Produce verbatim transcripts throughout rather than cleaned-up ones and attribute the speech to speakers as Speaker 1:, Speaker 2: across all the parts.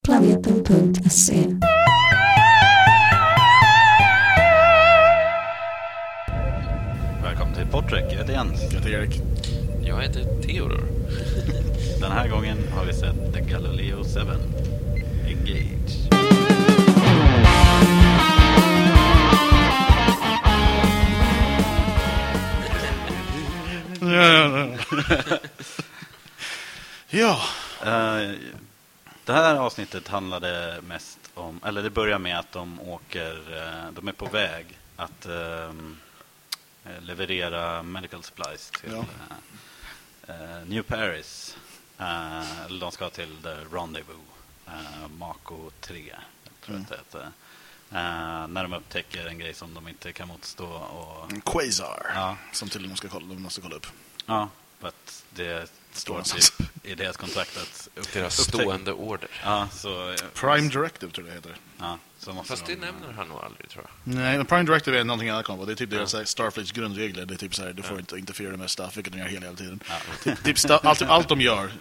Speaker 1: planeten punkt se.
Speaker 2: Välkommen till Podtrek, jag heter Jens.
Speaker 3: Jag heter Erik.
Speaker 4: Jag heter Theodor.
Speaker 2: Den här gången har vi sett The Galileo seven. Engage.
Speaker 3: Ja.
Speaker 2: Uh, det här avsnittet handlade mest om, eller det börjar med att de åker, uh, de är på väg att uh, leverera medical supplies till
Speaker 3: ja.
Speaker 2: uh, uh, New Paris. Uh, eller de ska till The Rendezvous, uh, Mako tre, tror jag mm. att det heter. Uh, när de upptäcker en grej som de inte kan motstå. Och,
Speaker 3: en quasar,
Speaker 2: ja.
Speaker 3: som tydligen måste kolla, de måste kolla upp.
Speaker 2: Ja, för att det står typ i deras kontrakt att
Speaker 4: upp, deras stående order.
Speaker 2: Ja, så,
Speaker 3: Prime Directive tror jag det heter.
Speaker 2: Ja, så måste
Speaker 4: fast
Speaker 2: de,
Speaker 3: Mm.
Speaker 4: det nämner han nog aldrig, tror jag.
Speaker 3: Nej, men Prime Directive är någonting annat. Det är typ deras ja. Starfleets grundregler. Det är typ så här, du får
Speaker 4: ja.
Speaker 3: inte interfera med stuff, vilket de gör hela, hela tiden.
Speaker 2: Ja.
Speaker 3: typ, typ sta- allt, allt de gör.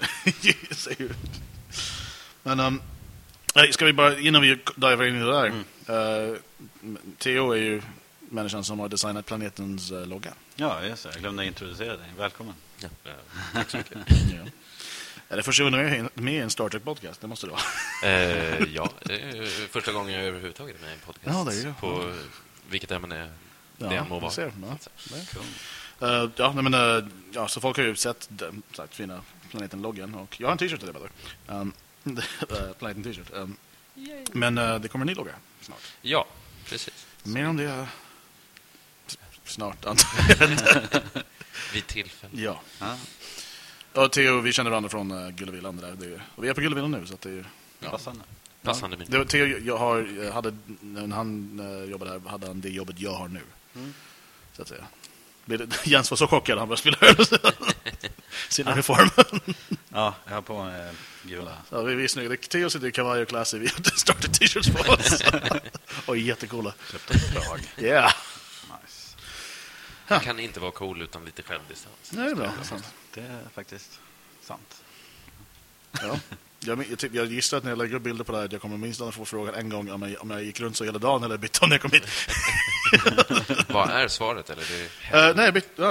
Speaker 3: Men um, ska vi bara, innan vi divar in i det där. Mm. Uh, Theo är ju människan som har designat planetens uh, logga.
Speaker 2: Ja, just det. Jag glömde introducera dig. Välkommen.
Speaker 4: Ja. Ja. Tack så mycket.
Speaker 3: Ja. Är det första gången med, med i en Star Trek-podcast? Det måste det vara.
Speaker 4: Eh, ja, det är första gången jag överhuvudtaget är med i en podcast.
Speaker 3: Ja, det är det.
Speaker 4: På vilket ämne det
Speaker 3: ja,
Speaker 4: än må vara.
Speaker 3: Ser, ja,
Speaker 2: cool.
Speaker 3: uh, ja, nej, men, uh, ja, så folk har ju sett den så här, fina planeten-loggen. Och jag har en t-shirt till det, bara. Um, uh, planeten-t-shirt. Um, men uh, det kommer en ny logga snart.
Speaker 4: Ja, precis.
Speaker 3: Mer om det uh, snart, antagligen.
Speaker 4: Vid tillfälle.
Speaker 3: Ja.
Speaker 2: Ja.
Speaker 3: Och Theo, vi känner varandra från uh, Gullevillan där. Det är, och vi är på Gullevillan nu, så att det är...
Speaker 2: Ja. Passande.
Speaker 4: Passande
Speaker 3: ja. Det var Theo, jag har, hade, när han uh, jobbade här, hade han det jobbet jag har nu. Mm. Så att säga. Jens var så chockad, han började spela över sin uniform.
Speaker 2: Ja, jag har på mig gula.
Speaker 3: Ja, vi, vi är snygga. Theo sitter i kavaj och klassig. Vi har startat t-shirts på oss. Och jättecoola.
Speaker 2: Köpte ett drag.
Speaker 3: Yeah.
Speaker 2: Nice.
Speaker 4: Man kan inte vara cool utan lite självdistans.
Speaker 3: Nej, det är bra. Sant.
Speaker 2: Det är faktiskt sant.
Speaker 3: Ja. Jag, jag, jag gissar att när jag lägger upp bilder på det här att jag kommer minst att få frågan en gång om jag, om jag gick runt så hela dagen eller bytte när jag kom hit.
Speaker 4: Vad är svaret? Eller det
Speaker 3: uh, nej, bytte. Ja,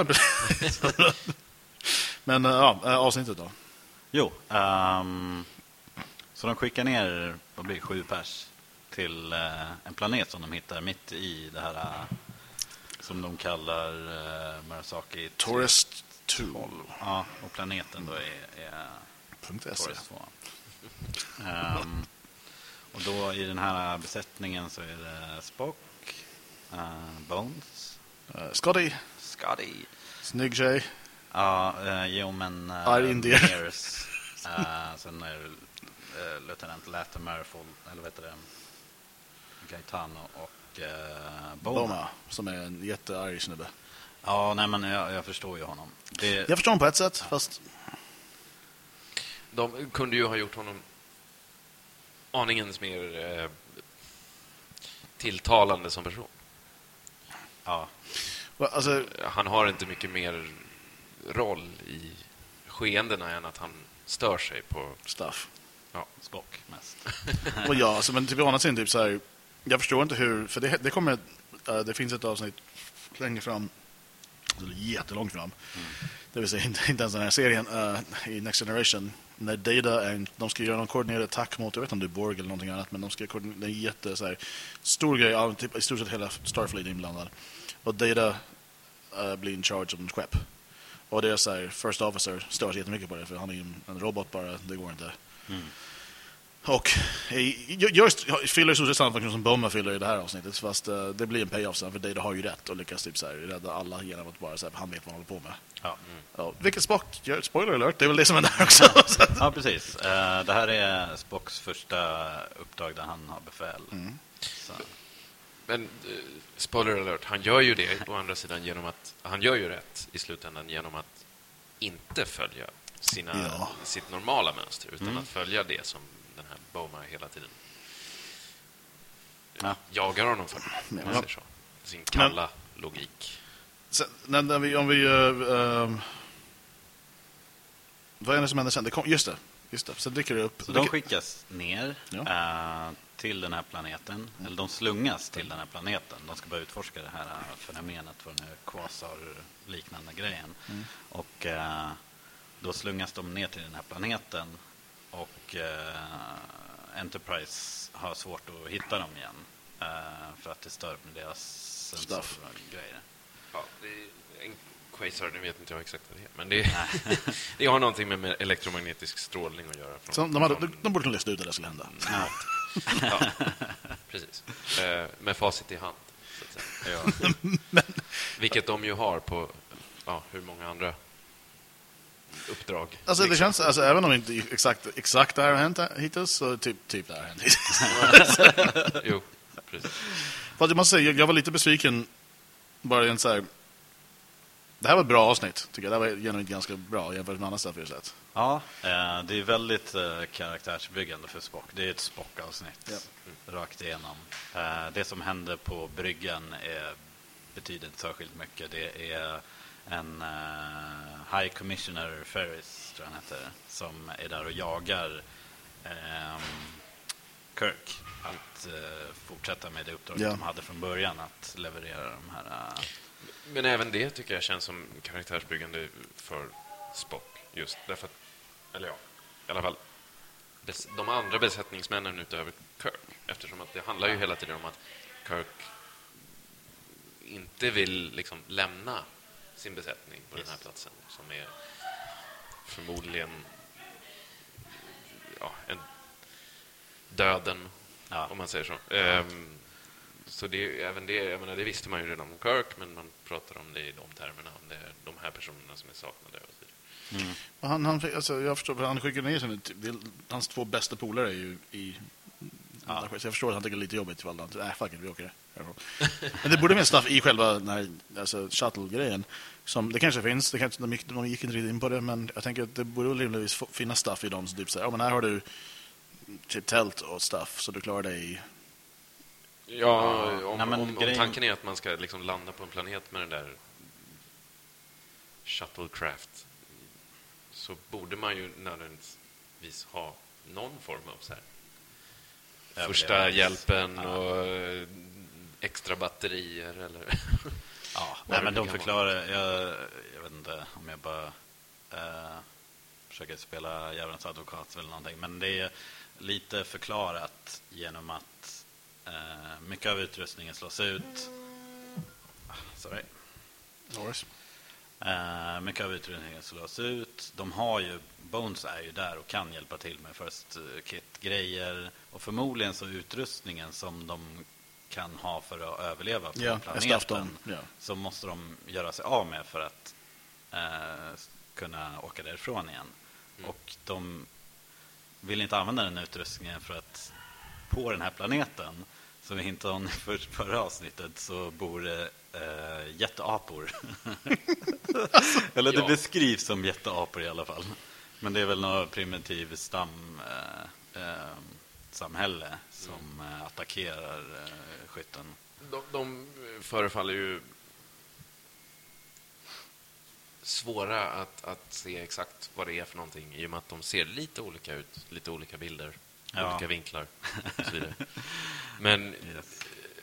Speaker 3: men uh, ja, avsnittet då.
Speaker 2: Jo, um, så de skickar ner, vad blir det, sju pers till uh, en planet som de hittar mitt i det här uh, som de kallar uh, Murasaki
Speaker 3: Tourist två.
Speaker 2: Ja, och planeten då är, är Tourist två. Um, och då i den här besättningen så är det Spock, uh, Bones,
Speaker 3: uh, Scotty,
Speaker 2: Scotty,
Speaker 3: snygg tjej.
Speaker 2: Ja, uh, jo men uh,
Speaker 3: Ar Indier.
Speaker 2: Mears, uh, sen är det uh, Lieutenant Latimer, eller vad heter det, Gaetano och uh, Boma.
Speaker 3: Boma, som är en jättearg snubbe.
Speaker 2: Ja, nej men jag, jag förstår ju honom. Det...
Speaker 3: Jag förstår honom på ett sätt, fast
Speaker 4: de kunde ju ha gjort honom aningens mer eh, tilltalande som person.
Speaker 2: Ja.
Speaker 3: Alltså,
Speaker 4: han har inte mycket mer roll i skeendena än att han stör sig på
Speaker 3: stuff.
Speaker 2: Ja, Spock mest.
Speaker 3: Och ja, alltså, men till annat sidan typ så här, jag förstår inte hur, för det, det kommer uh, det finns ett avsnitt längre fram, jättelångt fram. Mm. Det vill säga inte, inte ens den här serien uh, i Next Generation när Data är, de ska göra någon koordinerad attack mot, jag vet inte om det är Borg eller någonting annat, men de ska koordinera, det är en jätte så här, stor grej, ja, typ, i stort sett hela Starfleet är inblandad. Och Data uh, blir in charge av en skepp. Och det är så här, First Officer stör sig jättemycket på det, för han är ju en robot bara, det går inte. Mm. Och jag, jag fyller så samma funktion som Boma fyller i det här avsnittet, fast uh, det blir en payoff sen, för Data har ju rätt och lyckas typ så här, rädda alla genom att bara så här, han vet vad han håller på med. Ja. Mm. Ja, vilket Spock, spoiler alert, det är väl det som är där också.
Speaker 2: Ja, precis. Uh, det här är Spocks första uppdrag där han har befäl. Mm.
Speaker 4: Men uh, spoiler alert, han gör ju det å andra sidan genom att han gör ju rätt i slutändan genom att inte följa sina, ja. sitt normala mönster utan mm. att följa det som den här Boma hela tiden ja. jagar honom för. Ja. Man säger så. Sin kalla Men, logik.
Speaker 3: Sen, när, när vi, om vi uh, uh, vad är det som händer sen? Det kom, just det. just det. Så dricker det upp.
Speaker 2: Så de skickas ner
Speaker 3: Ja.
Speaker 2: eh, till den här planeten. Mm. Eller de slungas till den här planeten. De ska börja utforska det här fenomenet för den här quasar-liknande grejen. Mm. Och eh, då slungas de ner till den här planeten. Och eh, Enterprise har svårt att hitta dem igen. Eh, för att det stör med deras sensorer och grejer.
Speaker 4: Ja, det är en quasar, nu vet inte jag exakt vad det är. Men det, det har någonting med elektromagnetisk strålning att göra. Från,
Speaker 3: så de, hade,
Speaker 4: från,
Speaker 3: de, de borde kunna lista ut att det skulle hända.
Speaker 2: Ja.
Speaker 4: Ja, precis. Eh, med facit i hand. Så att säga.
Speaker 2: Ja.
Speaker 3: Men,
Speaker 4: vilket de ju har på ja, hur många andra uppdrag.
Speaker 3: alltså det känns, alltså, även om inte exakt, exakt det här har hänt hittills, så typ, typ det här har hänt hittills.
Speaker 4: Jo, precis.
Speaker 3: Fast jag måste säga, jag var lite besviken bara en så här. Det här var ett bra avsnitt, tycker jag. Det här var genuint ganska bra jämfört med andra stuff jag sett.
Speaker 2: Ja, eh, det är väldigt eh, karaktärsbyggande för Spock. Det är ett Spock-avsnitt
Speaker 3: Ja.
Speaker 2: mm. rakt igenom. Eh, det som händer på bryggan är, betyder inte särskilt mycket. Det är en eh, High Commissioner Ferris, tror jag han heter, som är där och jagar eh, Kirk att eh, fortsätta med det uppdraget
Speaker 3: Ja.
Speaker 2: de hade från början, att leverera de här... Eh,
Speaker 4: Men även det tycker jag känns som karaktärsbyggande för Spock. Just därför att, eller ja, i alla fall bes, de andra besättningsmännen utöver Kirk. Eftersom att det handlar ju hela tiden om att Kirk inte vill liksom lämna sin besättning på
Speaker 2: yes.
Speaker 4: den här platsen. Som är förmodligen ja, en döden,
Speaker 2: ja.
Speaker 4: om man säger så. Ehm, Så det, även det, jag menar, det visste man ju redan om Kirk, men man pratar om det i de termerna, om det är de här personerna som är saknade och så vidare.
Speaker 2: Mm.
Speaker 3: Han, han, alltså, jag förstår, han skickade ner sin, det, hans två bästa polare är ju i... Ja. Så jag förstår att han tycker det är lite jobbigt ifall han... Nej, fuck it, vi åker. Men det borde finnas stuff i själva den här, alltså, shuttle-grejen. Som, det kanske finns, det kanske, de, gick, de gick inte riktigt in på det, men jag tänker att det borde rimligtvis finnas stuff i dem som typ säger, ja men här har du typ tält och stuff, så du klarar dig i...
Speaker 4: Ja, om,
Speaker 2: Nej, men
Speaker 4: om, om
Speaker 2: grejen...
Speaker 4: tanken är att man ska liksom landa på en planet med den där shuttlecraft, så borde man ju nödvändigtvis ha någon form av så här första hjälpen ja. och extra batterier eller
Speaker 2: ja, nej, men de förklarar, jag, jag vet inte om jag bara eh, försöker spela djävulens advokat eller någonting, men det är lite förklarat genom att eh, mycket av utrustningen slås ut. Sorry.
Speaker 3: Norris.
Speaker 2: Uh, mycket av utrustningen slås ut. De har ju, Bones är ju där och kan hjälpa till med first kit-grejer. Och förmodligen så utrustningen som de kan ha för att överleva på
Speaker 3: ja,
Speaker 2: planeten,
Speaker 3: ja.
Speaker 2: så måste de göra sig av med för att uh, kunna åka därifrån igen. Mm. Och de vill inte använda den utrustningen för att på den här planeten, som vi hintade om för förra avsnittet, så bor det äh, jätteapor. Eller det
Speaker 4: ja.
Speaker 2: beskrivs som jätteapor i alla fall. Men det är väl något primitiv stam äh, äh, samhälle som äh, attackerar äh, skytten.
Speaker 4: De, de förefaller ju svåra att, att se exakt vad det är för någonting, i och med att de ser lite olika ut, lite olika bilder, ja. olika vinklar och så vidare. Men
Speaker 2: yes.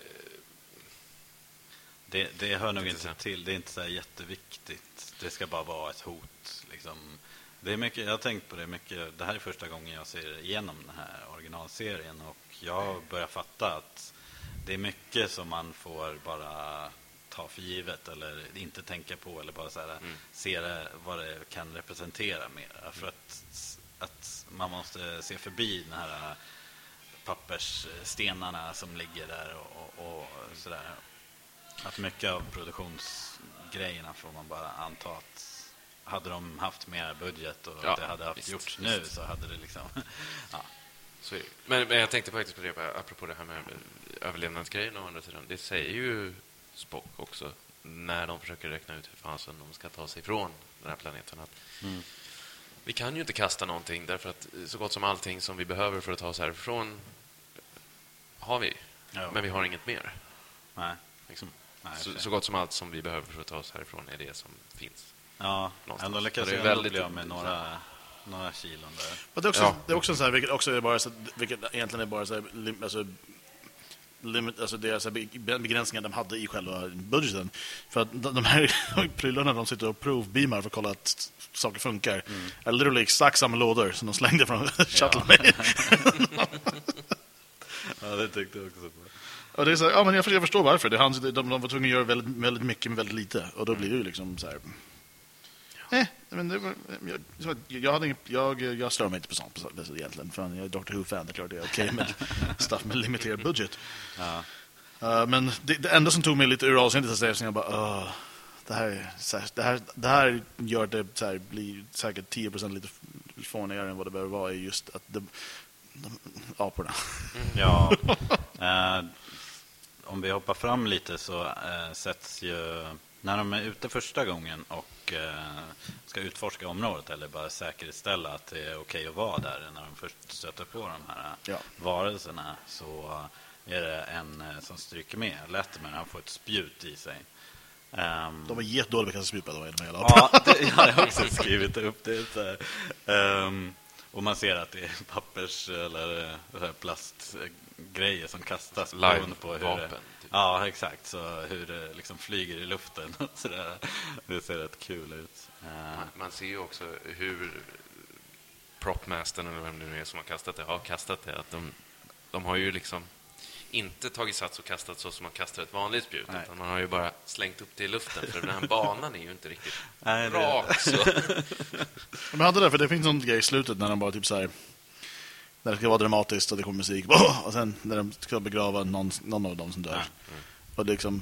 Speaker 2: det, det hör nog inte till. Det är inte så här jätteviktigt. Det ska bara vara ett hot liksom. Det är mycket, jag har tänkt på det mycket. Det här är första gången jag ser igenom den här originalserien, och jag börjar fatta att det är mycket som man får bara ta för givet eller inte tänka på, eller bara så här, mm. se det, vad det kan representera mer. För att, att man måste se förbi den här pappersstenarna som ligger där och, och, och sådär. Att mycket av produktionsgrejerna får man bara anta att hade de haft mer budget och
Speaker 4: ja,
Speaker 2: det hade haft
Speaker 4: visst,
Speaker 2: gjorts
Speaker 4: visst.
Speaker 2: nu, så hade det liksom ja.
Speaker 4: Så, men, men jag tänkte faktiskt på det, apropå det här med överlevnadsgrejen å andra sidan. Det säger ju Spock också när de försöker räkna ut hur fasen de ska ta sig ifrån den här planeten, att mm. vi kan ju inte kasta någonting, därför att så gott som allting som vi behöver för att ta oss härifrån har vi, ja. men vi har inget mer.
Speaker 2: Nej.
Speaker 4: Liksom.
Speaker 2: Nej,
Speaker 4: så, så gott som allt som vi behöver för att ta oss härifrån är det som finns.
Speaker 2: Ja, ändå lyckas
Speaker 4: jag
Speaker 2: väldigt bli med några några kilon där.
Speaker 3: Men det är också,
Speaker 4: Ja.
Speaker 3: det är också så här, vilket också är bara så, vilket egentligen är bara så här, lim, alltså, limit, alltså det är så här begränsningar de hade i själva budgeten. För att de, de här prylarna de sitter och provbeamar för att kolla att saker funkar. Mm. Eller det är exakt samma lådor som de slängde från shuttle med.
Speaker 2: Ja, det tyckte jag också på.
Speaker 3: Och det är så här, ja, men jag, jag förstår varför. Det, de, de var tvungna att göra väldigt, väldigt mycket med väldigt lite. Och då blir det ju liksom så här... Eh, men det var, jag, jag, hade inget, jag, jag stör mig inte på sånt på sånt, egentligen. För jag är Doctor Who-fan, det är klart det är okej med stuff med limiterad budget.
Speaker 2: Ja.
Speaker 3: Uh, men det, det enda som tog mig lite ur avseendet att säga så jag bara, uh, det, här, så här, det, här, det här gör det så här, blir säkert tio procent lite fånigare än vad det behöver vara är just att de, de aporna.
Speaker 2: Ja. eh, om vi hoppar fram lite så eh, sätts ju... När de är ute första gången och eh, ska utforska området eller bara säkerställa att det är okej att vara där när de först stöter på de här
Speaker 3: Ja.
Speaker 2: varelserna, så är det en eh, som stryker med. Letterman, han får ett spjut i sig. Um,
Speaker 3: De var jättedåliga på att spjuta då, de här hela
Speaker 2: ja, det, jag har också skrivit upp det. Så här. Um, och man ser att det är pappers eller så här plastgrejer som kastas beroende på hur det,
Speaker 4: Typ.
Speaker 2: ja, exakt. Så hur det liksom flyger i luften. Så där. Det ser rätt kul ut. Uh,
Speaker 4: Man, man ser ju också hur propmastern eller vem det nu är som har kastat det har kastat det. Att de, de har ju liksom inte tagit sats och kastat så som man kastar ett vanligt spjut.
Speaker 2: Nej.
Speaker 4: Utan man har ju bara slängt upp det i luften. För den här banan är ju inte riktigt
Speaker 2: Nej, det-
Speaker 4: rak. Så.
Speaker 3: Men hade det, för det finns någon grej i slutet när de bara typ så här, när det ska vara dramatiskt och det kommer musik och sen när de ska begrava någon, någon av dem som dör.
Speaker 4: Mm.
Speaker 3: Och det liksom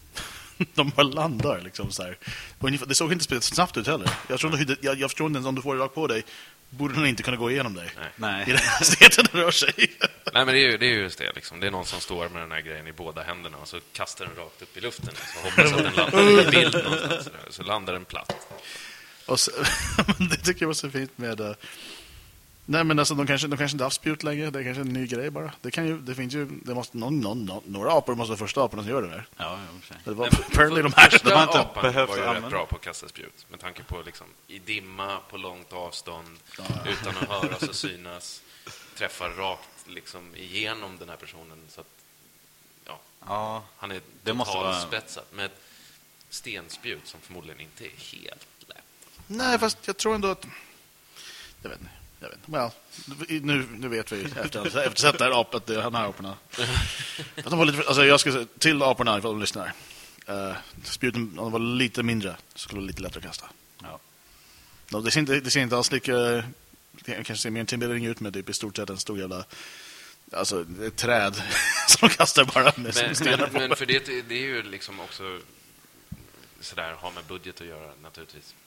Speaker 3: de bara landar liksom så här. Och ungefär- det såg inte speciellt snabbt ut heller. Jag tror inte, jag, jag förstår inte ens om du får det rakt på dig borde den inte kunna gå igenom dig.
Speaker 4: Nej.
Speaker 3: I
Speaker 2: nej.
Speaker 3: den hastigheten den rör sig.
Speaker 4: Nej, men det är, ju, det är ju just det. Liksom. Det är någon som står med den här grejen i båda händerna och så kastar den rakt upp i luften. Så hoppas att den landar i bild någonstans. Så landar den platt.
Speaker 3: Och så, men det tycker jag var så fint med uh, nej men alltså de kanske de kanske inte haft spjut längre. Det är kanske en ny grej bara. Det kan ju det finns ju det måste någon, någon, någon några apor måste vara första aporna som gör det där.
Speaker 2: Ja, i och för sig.
Speaker 3: Det var
Speaker 4: Nej, men
Speaker 3: apparently de här
Speaker 4: första
Speaker 2: de har inte
Speaker 4: apan
Speaker 2: behövt
Speaker 4: var ju rätt
Speaker 2: använda.
Speaker 4: bra på att kasta spjut. Med tanke på liksom, i dimma, på långt avstånd, utan att höras och synas. Träffar rakt liksom, igenom den här personen. Så att, ja,
Speaker 2: Ja,
Speaker 4: han är
Speaker 2: Det måste vara-
Speaker 4: totalspetsad. Med ett stenspjut som förmodligen inte är helt lätt.
Speaker 3: Nej, fast jag tror ändå att jag vet inte. Jag vet inte. Well, nu, nu vet vi efter efter att sett det här apet, det här aporna. Att de var lite, alltså jag ska säga till aporna ifall de lyssnar. Uh, spjuten, om de var lite mindre så skulle det vara lite lättare att kasta.
Speaker 2: ja.
Speaker 3: No, det, ser inte, det ser inte alls lika... Det kanske ser mer intimidating ut med typ i stort sett en stor jävla... Alltså, ett träd som de kastar bara med
Speaker 4: Men,
Speaker 3: stenar
Speaker 4: men,
Speaker 3: på.
Speaker 4: men för det, det är ju liksom också sådär, har med budget att göra naturligtvis.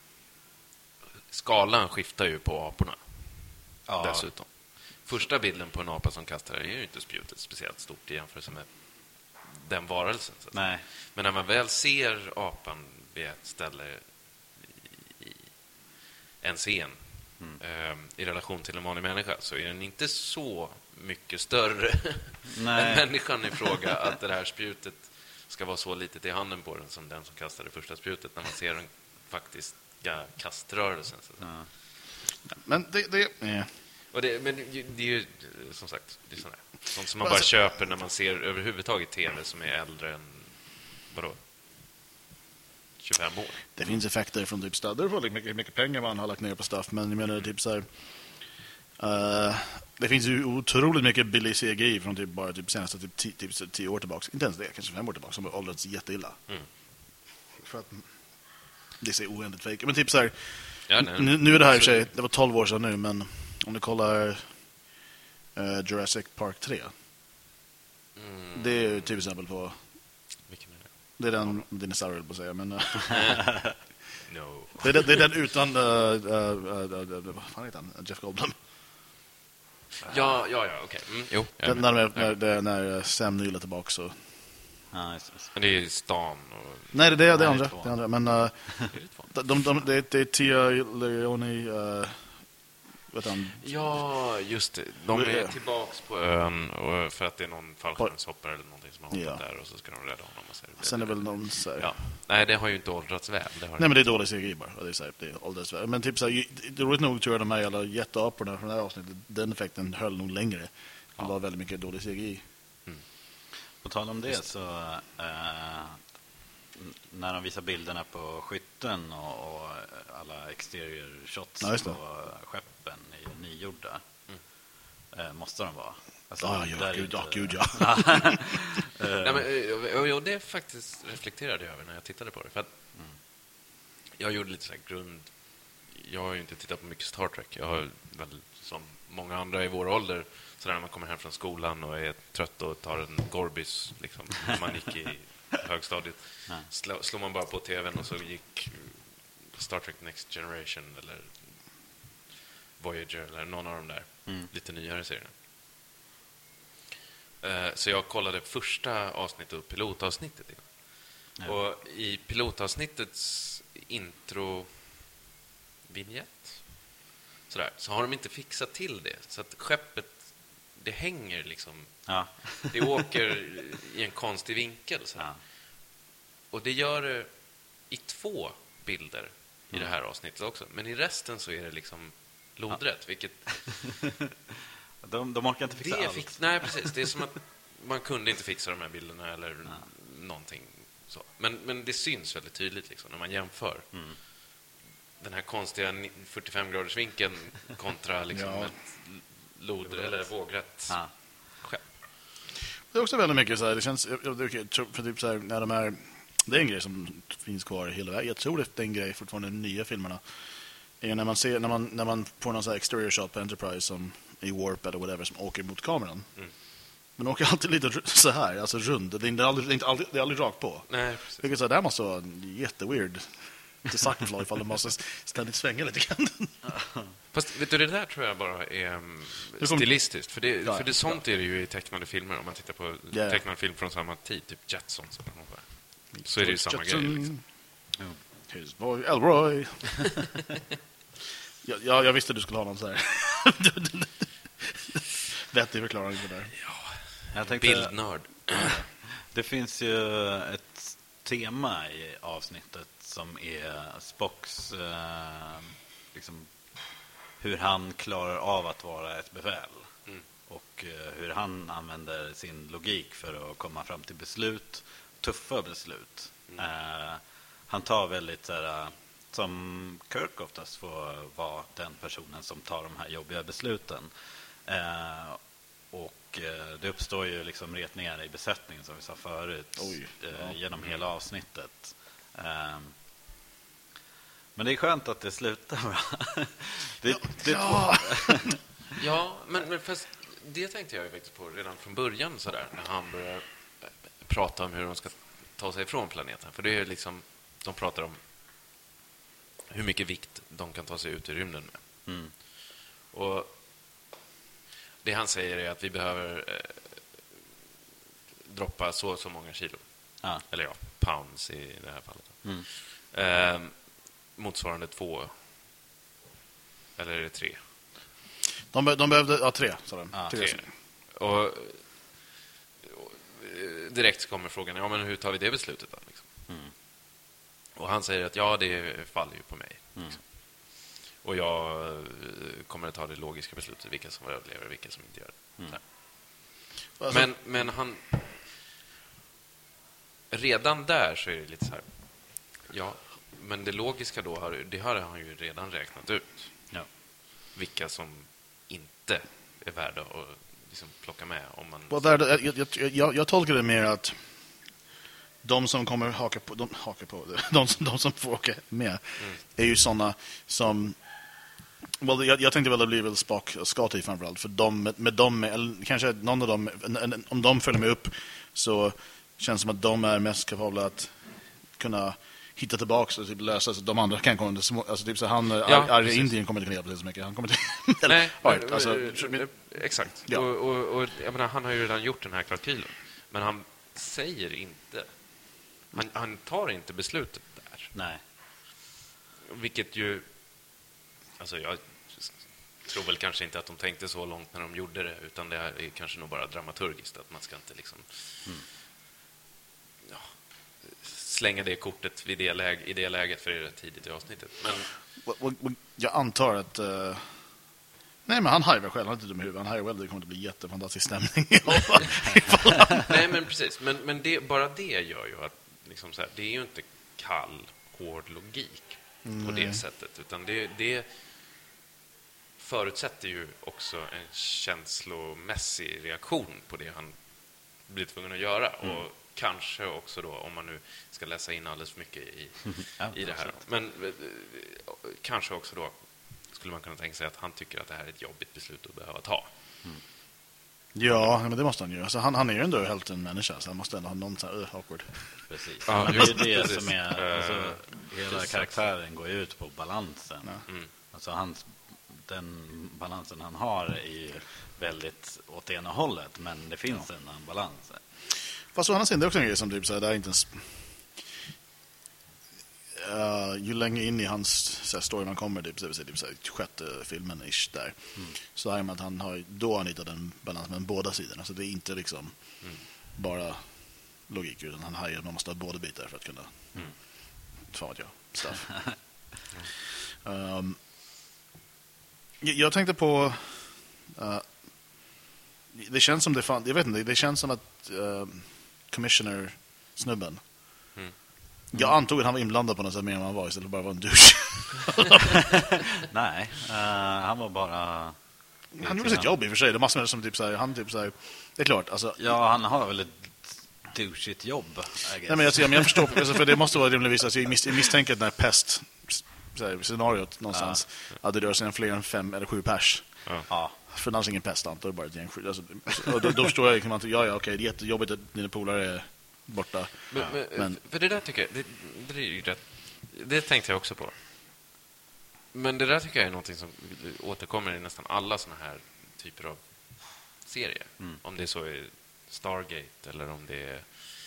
Speaker 4: Skalan skiftar ju på aporna.
Speaker 2: Ja.
Speaker 4: Dessutom. Första bilden på en apa som kastar är ju inte spjutet speciellt stort i jämförelse med den varelsen. Så att säga.
Speaker 2: Nej.
Speaker 4: Men när man väl ser apan vid ett ställe i, i en scen
Speaker 2: Mm.
Speaker 4: eh, i relation till en vanlig människa så är den inte så mycket större
Speaker 2: Nej.
Speaker 4: än människan i fråga att det här spjutet ska vara så litet i handen på den som den som kastar det första spjutet när man ser den faktiska kaströrelsen. Så att säga.
Speaker 2: Ja.
Speaker 3: Men det... det eh.
Speaker 4: Och det, men det är ju som sagt det är sånt, där. Sånt som man
Speaker 3: Men
Speaker 4: bara
Speaker 3: alltså-
Speaker 4: köper när man ser överhuvudtaget tv som är äldre än vadå? tjugofem år.
Speaker 3: Det finns effekter från typ stöder för mycket, mycket pengar man har lagt ner på stuff. Men jag menar typ så här... Uh, det finns ju otroligt mycket billig C G I från typ bara typ senaste typ tio, typ tio år tillbaka. Inte ens det, kanske fem år tillbaka som har åldrats jätteilla.
Speaker 4: Mm.
Speaker 3: För att det ser oändligt fake. Men typ så här...
Speaker 4: Ja, nej.
Speaker 3: Nu, nu är det här i och för sig,
Speaker 4: Absolut.
Speaker 3: det var tolv år sedan nu, men om du kollar uh, Jurassic Park tre.
Speaker 4: Mm.
Speaker 3: Det är ju typ exempel på...
Speaker 4: Vilken är det?
Speaker 3: Det är den dinosaurier på att säga, men... Uh,
Speaker 4: No.
Speaker 3: det, är, den- det är den utan... Uh, uh, uh, uh, vad fan heter han? Jeff Goldblum.
Speaker 4: Ja, ja, ja, okej. Mm, jo. jag är
Speaker 3: Den,
Speaker 4: med.
Speaker 3: när,
Speaker 4: Ja.
Speaker 3: när, när, när Sam Neill är tillbaka så...
Speaker 2: Ja, just, just.
Speaker 4: Men det är stan och...
Speaker 3: Nej, det är det, det
Speaker 2: Nej,
Speaker 3: andra.
Speaker 2: två.
Speaker 3: Det andra. Men uh,
Speaker 4: Är det två?
Speaker 3: de, de, de, det, det är Tia Leone... Uh, vet han,
Speaker 4: Ja, just det. De är tillbaks på ön och för att det är någon fallskärmshoppare eller någonting som har hoppat
Speaker 3: Ja.
Speaker 4: där och så ska de rädda honom. Och så är det
Speaker 3: sen är väl någon så här,
Speaker 4: ja. Nej, det har ju inte åldrats väl. Det har
Speaker 3: nej, men det är dålig C G I bara. Det är så här, det är åldras väl. Men typ så här, det är roligt nog tror jag de här jävla jätteaporna från det här avsnittet, den effekten höll nog längre. Det
Speaker 2: Ja.
Speaker 3: var väldigt mycket dålig C G I.
Speaker 2: På tal om det så eh, när de visar bilderna på skytten och, och alla exterior shots
Speaker 3: Ja, just det.
Speaker 2: på skeppen i nygjorda
Speaker 4: Mm.
Speaker 2: eh, måste de vara. Alltså,
Speaker 3: Ah, ja,
Speaker 2: där
Speaker 3: gud,
Speaker 2: inte-
Speaker 3: ja, gud, ja.
Speaker 4: Nej, men, eh, och, och det faktiskt reflekterade jag över när jag tittade på det. För att jag gjorde lite så här grund... Jag har ju inte tittat på mycket Star Trek. Jag har väl, som många andra i vår ålder, så när man kommer hem från skolan och är trött och tar en Gorbis, liksom, när man gick i högstadiet,
Speaker 2: Ja.
Speaker 4: slår, slår man bara på tvn och så gick Star Trek Next Generation eller Voyager eller någon av de där
Speaker 2: Mm.
Speaker 4: lite nyare serierna. Eh, Så jag kollade första avsnittet och pilotavsnittet innan.
Speaker 2: Ja.
Speaker 4: Och i pilotavsnittets intro vignett sådär, så har de inte fixat till det. Så att skeppet, det hänger liksom.
Speaker 2: Ja.
Speaker 4: Det åker i en konstig vinkel. Så.
Speaker 2: Ja.
Speaker 4: Och det gör det i två bilder i
Speaker 2: Mm.
Speaker 4: det här avsnittet också. Men i resten så är det liksom lodrätt. Vilket
Speaker 2: De, de orkar inte fixa
Speaker 4: det är
Speaker 2: allt.
Speaker 4: fix, nej, precis. Det är som att man kunde inte fixa de här bilderna eller
Speaker 2: Ja.
Speaker 4: någonting så. Men, men det syns väldigt tydligt liksom, när man jämför.
Speaker 2: Mm.
Speaker 4: Den här konstiga fyrtiofem graders vinkeln kontra liksom
Speaker 3: Ja.
Speaker 4: ett lodrätt eller vågrätt
Speaker 2: Ja.
Speaker 4: skepp.
Speaker 3: Det är också väldigt mycket så här, det känns, jag, jag, jag tror, för typ så här, när de är, det är en grej som finns kvar hela vägen. Jag tror det är en grej fortfarande i de nya filmerna. Är när man ser, när man, när man får någon så här exterior shot på Enterprise som i Warp eller whatever som åker mot kameran.
Speaker 4: Mm.
Speaker 3: Men åker alltid lite ru- så här, alltså rund. Det är, inte aldrig, det är, inte aldrig, det är aldrig rakt på.
Speaker 4: Nej, precis.
Speaker 3: Vilket så här, det här måste vara jätteweird designflaw ifall de måste ständigt svänga lite grann.
Speaker 4: Fast vet du, det där tror jag bara är um,
Speaker 3: Det kommer-
Speaker 4: stilistiskt. För det,
Speaker 3: Ja,
Speaker 4: för det sånt är det ju i tecknade filmer. Om man tittar på
Speaker 3: Ja.
Speaker 4: tecknade film från samma tid, typ Jetsons eller något där. Så är det ju samma grej. Liksom.
Speaker 2: Jo.
Speaker 3: His boy Elroy. ja, ja, jag visste du skulle ha någon så här. Vettig förklaring på det där.
Speaker 2: Jag tänkte,
Speaker 4: Bildnörd.
Speaker 2: det finns ju ett tema i avsnittet som är Spocks eh, liksom, hur han klarar av att vara ett befäl.
Speaker 4: Mm.
Speaker 2: Och eh, hur han använder sin logik för att komma fram till beslut, tuffa beslut. Eh, han tar väldigt så här, som Kirk oftast får vara den personen som tar de här jobbiga besluten. Eh, och eh, det uppstår ju liksom retningar i besättningen som vi sa förut.
Speaker 3: Oj,
Speaker 2: eh,
Speaker 3: ja.
Speaker 2: genom hela avsnittet. Eh, men det är skönt att det slutar bra. det, det,
Speaker 3: Ja.
Speaker 4: Ja, men, men fast det tänkte jag ju faktiskt på redan från början så där, när han börjar eh, prata om hur de ska ta sig ifrån planeten. För det är ju liksom, de pratar om hur mycket vikt de kan ta sig ut i rymden med.
Speaker 2: Mm.
Speaker 4: Och det han säger är att vi behöver eh, droppa så och så många kilo.
Speaker 2: Ja.
Speaker 4: Eller ja, pounds i det här fallet.
Speaker 2: Mm.
Speaker 4: Eh, motsvarande två. Eller är det tre?
Speaker 3: De, be- de behövde, ja, tre, sa de.
Speaker 2: Ja,
Speaker 3: tre.
Speaker 4: Tre. Och, och eh, direkt kommer frågan, ja men hur tar vi det beslutet då? Liksom.
Speaker 2: Mm.
Speaker 4: Och han säger att ja, det faller ju på mig.
Speaker 2: Mm.
Speaker 4: Liksom. Och jag eh, kommer att ta det logiska beslutet, vilka som överlever och vilka som inte gör det.
Speaker 2: Mm.
Speaker 4: Så här.
Speaker 3: Alltså,
Speaker 4: Men, men han... Redan där så är det lite så här... Ja, men det logiska då, har, det har han ju redan räknat ut.
Speaker 2: Ja.
Speaker 4: Vilka som inte är värda att liksom plocka med. Om man...
Speaker 3: Well, där, jag, jag, jag, jag, jag tolkar det mer att de som kommer haka på, de, haka på de, som, de som får åka med
Speaker 4: Mm.
Speaker 3: är ju såna som... Well, jag, jag tänkte väl att det blir väl Spock och Scotty framförallt. För de, med, med dem, eller kanske någon av dem, en, en, om de följer med upp så känns det som att de är mest kapabla att kunna hitta tillbaka och typ lösa så de andra kan komma under små, alltså typ så han
Speaker 4: Ja,
Speaker 3: ja, Arya
Speaker 4: precis.
Speaker 3: Indien kommer inte kunna hjälpa sig så mycket. Han kommer inte eller,
Speaker 4: Nej,
Speaker 3: all right,
Speaker 4: men,
Speaker 3: alltså,
Speaker 4: eh, exakt.
Speaker 3: Ja.
Speaker 4: Och, och, och jag menar, han har ju redan gjort den här kalkylen. Men han säger inte... Han, han tar inte beslutet där.
Speaker 2: Nej.
Speaker 4: Vilket ju... Alltså, jag tror väl kanske inte att de tänkte så långt när de gjorde det, utan det är kanske nog bara dramaturgiskt, att man ska inte liksom mm. ja, slänga det kortet vid det läge, i det läget, för det är tidigt i avsnittet. Men
Speaker 3: jag antar att uh... nej, men han hajar själv, han är inte dum i huvudet. Han hajar väl, det kommer att bli jättefantastisk stämning.
Speaker 4: Nej, men precis. Men, men det, bara det gör ju att liksom så här, det är ju inte kall, hård logik mm. på det sättet. Utan det, det förutsätter ju också en känslomässig reaktion på det han blir tvungen att göra. Mm. Och kanske också då, om man nu ska läsa in alldeles för mycket i, ja, i det här. Men kanske också då skulle man kunna tänka sig att han tycker att det här är ett jobbigt beslut att behöva ta.
Speaker 3: Mm. Ja, men det måste han ju. Alltså, han, han är ju ändå helt en människa, så han måste ändå ha någon sån här uh, awkward.
Speaker 2: Precis. Ja, men det är ju det precis. Som är... Alltså, hela precis. Karaktären går ju ut på balansen. Ja. Mm. Alltså hans, den balansen han har är ju väldigt åt ena hållet, men det finns ja. en annan balans.
Speaker 3: Fast å andra sidan, det är också en grej som typ så här, det är inte ens... Uh, ju längre in i hans så här, story man kommer, typ, så vill säga, typ, så här, sjätte filmen ish där, mm. så är man att han har då han hittat en balans med båda sidorna, så det är inte liksom mm. bara logik, utan han har ju, man måste ha båda bitar för att kunna mm. fan vad jag stuff. um, jag, jag tänkte på uh, det känns som det fan, jag vet inte, det känns som att uh, commissioner snubben mm. jag antog att han var inblandad på något sätt mer än han var, istället för bara var en douche.
Speaker 2: Nej, uh, han var bara...
Speaker 3: Han gjorde sitt jobb i och för sig. Det är massor med som typ så här, han typ så här, det är klart. Alltså,
Speaker 2: ja, han har väl ett douchigt jobb.
Speaker 3: Nej, men jag, men jag förstår, alltså, för det måste vara rimligtvis, alltså, jag mis, misstänker att den här pest så här, scenariot någonstans, ja. Hade det rört sig fler än fem eller sju pers. Ja. För annars ingen pest, antar jag bara ett gäng skit. Alltså, och då, då förstår jag att ja, ja, okej, det är jättejobbigt att dina polare är borta.
Speaker 4: Men, men, men, för det där tycker jag, det, det, är ju rätt, det tänkte jag också på. Men det där tycker jag är någonting som återkommer i nästan alla såna här typer av serier. Mm. Om det så är Stargate eller om det är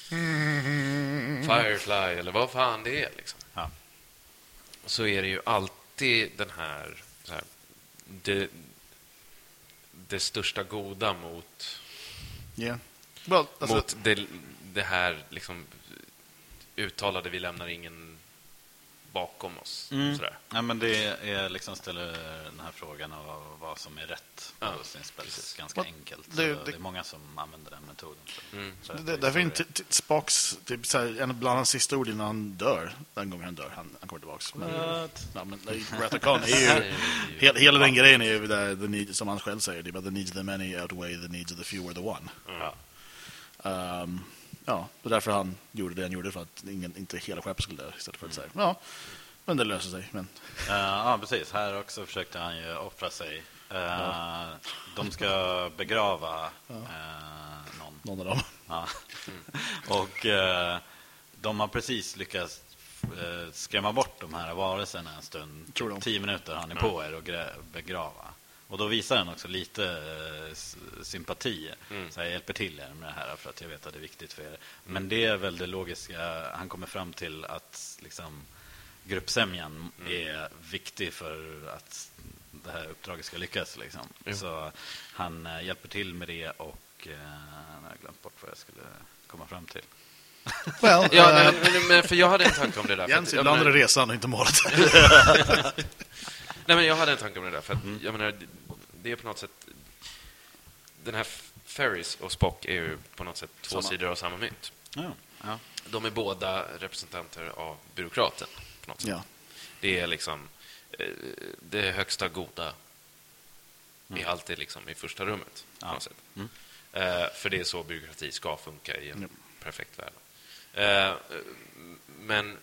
Speaker 4: Firefly eller vad fan det är liksom. Ja. Så är det ju alltid den här, så här det, det största goda mot
Speaker 3: yeah. well, alltså,
Speaker 4: mot det, det här liksom uttalade, vi lämnar ingen bakom oss.
Speaker 2: Mm. Sådär. Ja, men det är liksom ställer den här frågan av vad som är rätt på ja, sin spels ganska well, enkelt. Det, det, det är många som använder den metoden. Mm. Så
Speaker 3: det, det, därför är inte Spocks typ, så här, en bland hans sista ord innan han dör. Den gången han dör, han, han kommer tillbaka. Men, ja, men Ratacon är ju hela, hela den grejen är ju där, the need, som han själv säger, det är bara the needs of the many outweigh the needs of the few or the one. Mm. Um, Ja, och därför han gjorde det han gjorde, för att ingen, inte hela skeppet skulle dö, istället för att säga, ja, men det löser sig. Men.
Speaker 2: Uh, ja, precis. Här också försökte han ju offra sig. Uh, ja. De ska begrava uh, någon.
Speaker 3: Någon av dem.
Speaker 2: Ja. Och uh, de har precis lyckats uh, skrämma bort de här varelserna en stund. Tror de. Tio minuter har ni på er att begrava. Och då visar han också lite eh, sympati. Mm. Så jag hjälper till er med det här för att jag vet att det är viktigt för er. Mm. Men det är väl det logiska. Han kommer fram till att liksom, gruppsämjan mm. är viktig för att det här uppdraget ska lyckas. Liksom. Mm. Så han eh, hjälper till med det och eh, jag har glömt bort vad jag skulle komma fram till.
Speaker 3: Well,
Speaker 4: ja, uh, men, men, men för jag hade en tanke om det där.
Speaker 3: Jens ibland är det resan och inte målet.
Speaker 4: Nej, men jag hade en tanke om det där, för att, mm. jag menar, det är på något sätt, den här Ferris och Spock är ju på något sätt två samma. sidor av samma mynt.
Speaker 2: Ja. Ja.
Speaker 4: De är båda representanter av byråkraten på något sätt. Ja. Det är liksom det högsta goda mm. är alltid liksom i första rummet på ja. något sätt. Mm. Uh, för det är så byråkrati ska funka i en mm. perfekt värld. Uh, men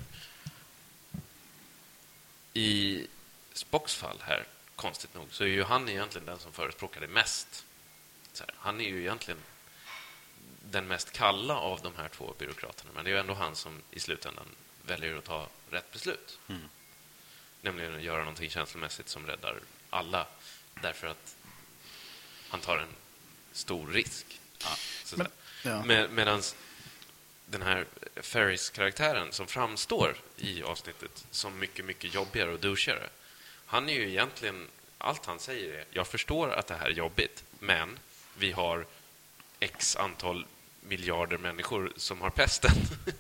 Speaker 4: i Spocks fall här, konstigt nog, så är ju han egentligen den som förespråkar det mest. Så här, han är ju egentligen den mest kalla av de här två byråkraterna, men det är ju ändå han som i slutändan väljer att ta rätt beslut. Mm. Nämligen att göra någonting känslomässigt som räddar alla, därför att han tar en stor risk. Ja, så men, ja. Med, medans den här Ferris-karaktären som framstår i avsnittet som mycket, mycket jobbigare och douchigare, han är ju egentligen allt han säger är, jag förstår att det här är jobbigt, men vi har x antal miljarder människor som har pesten.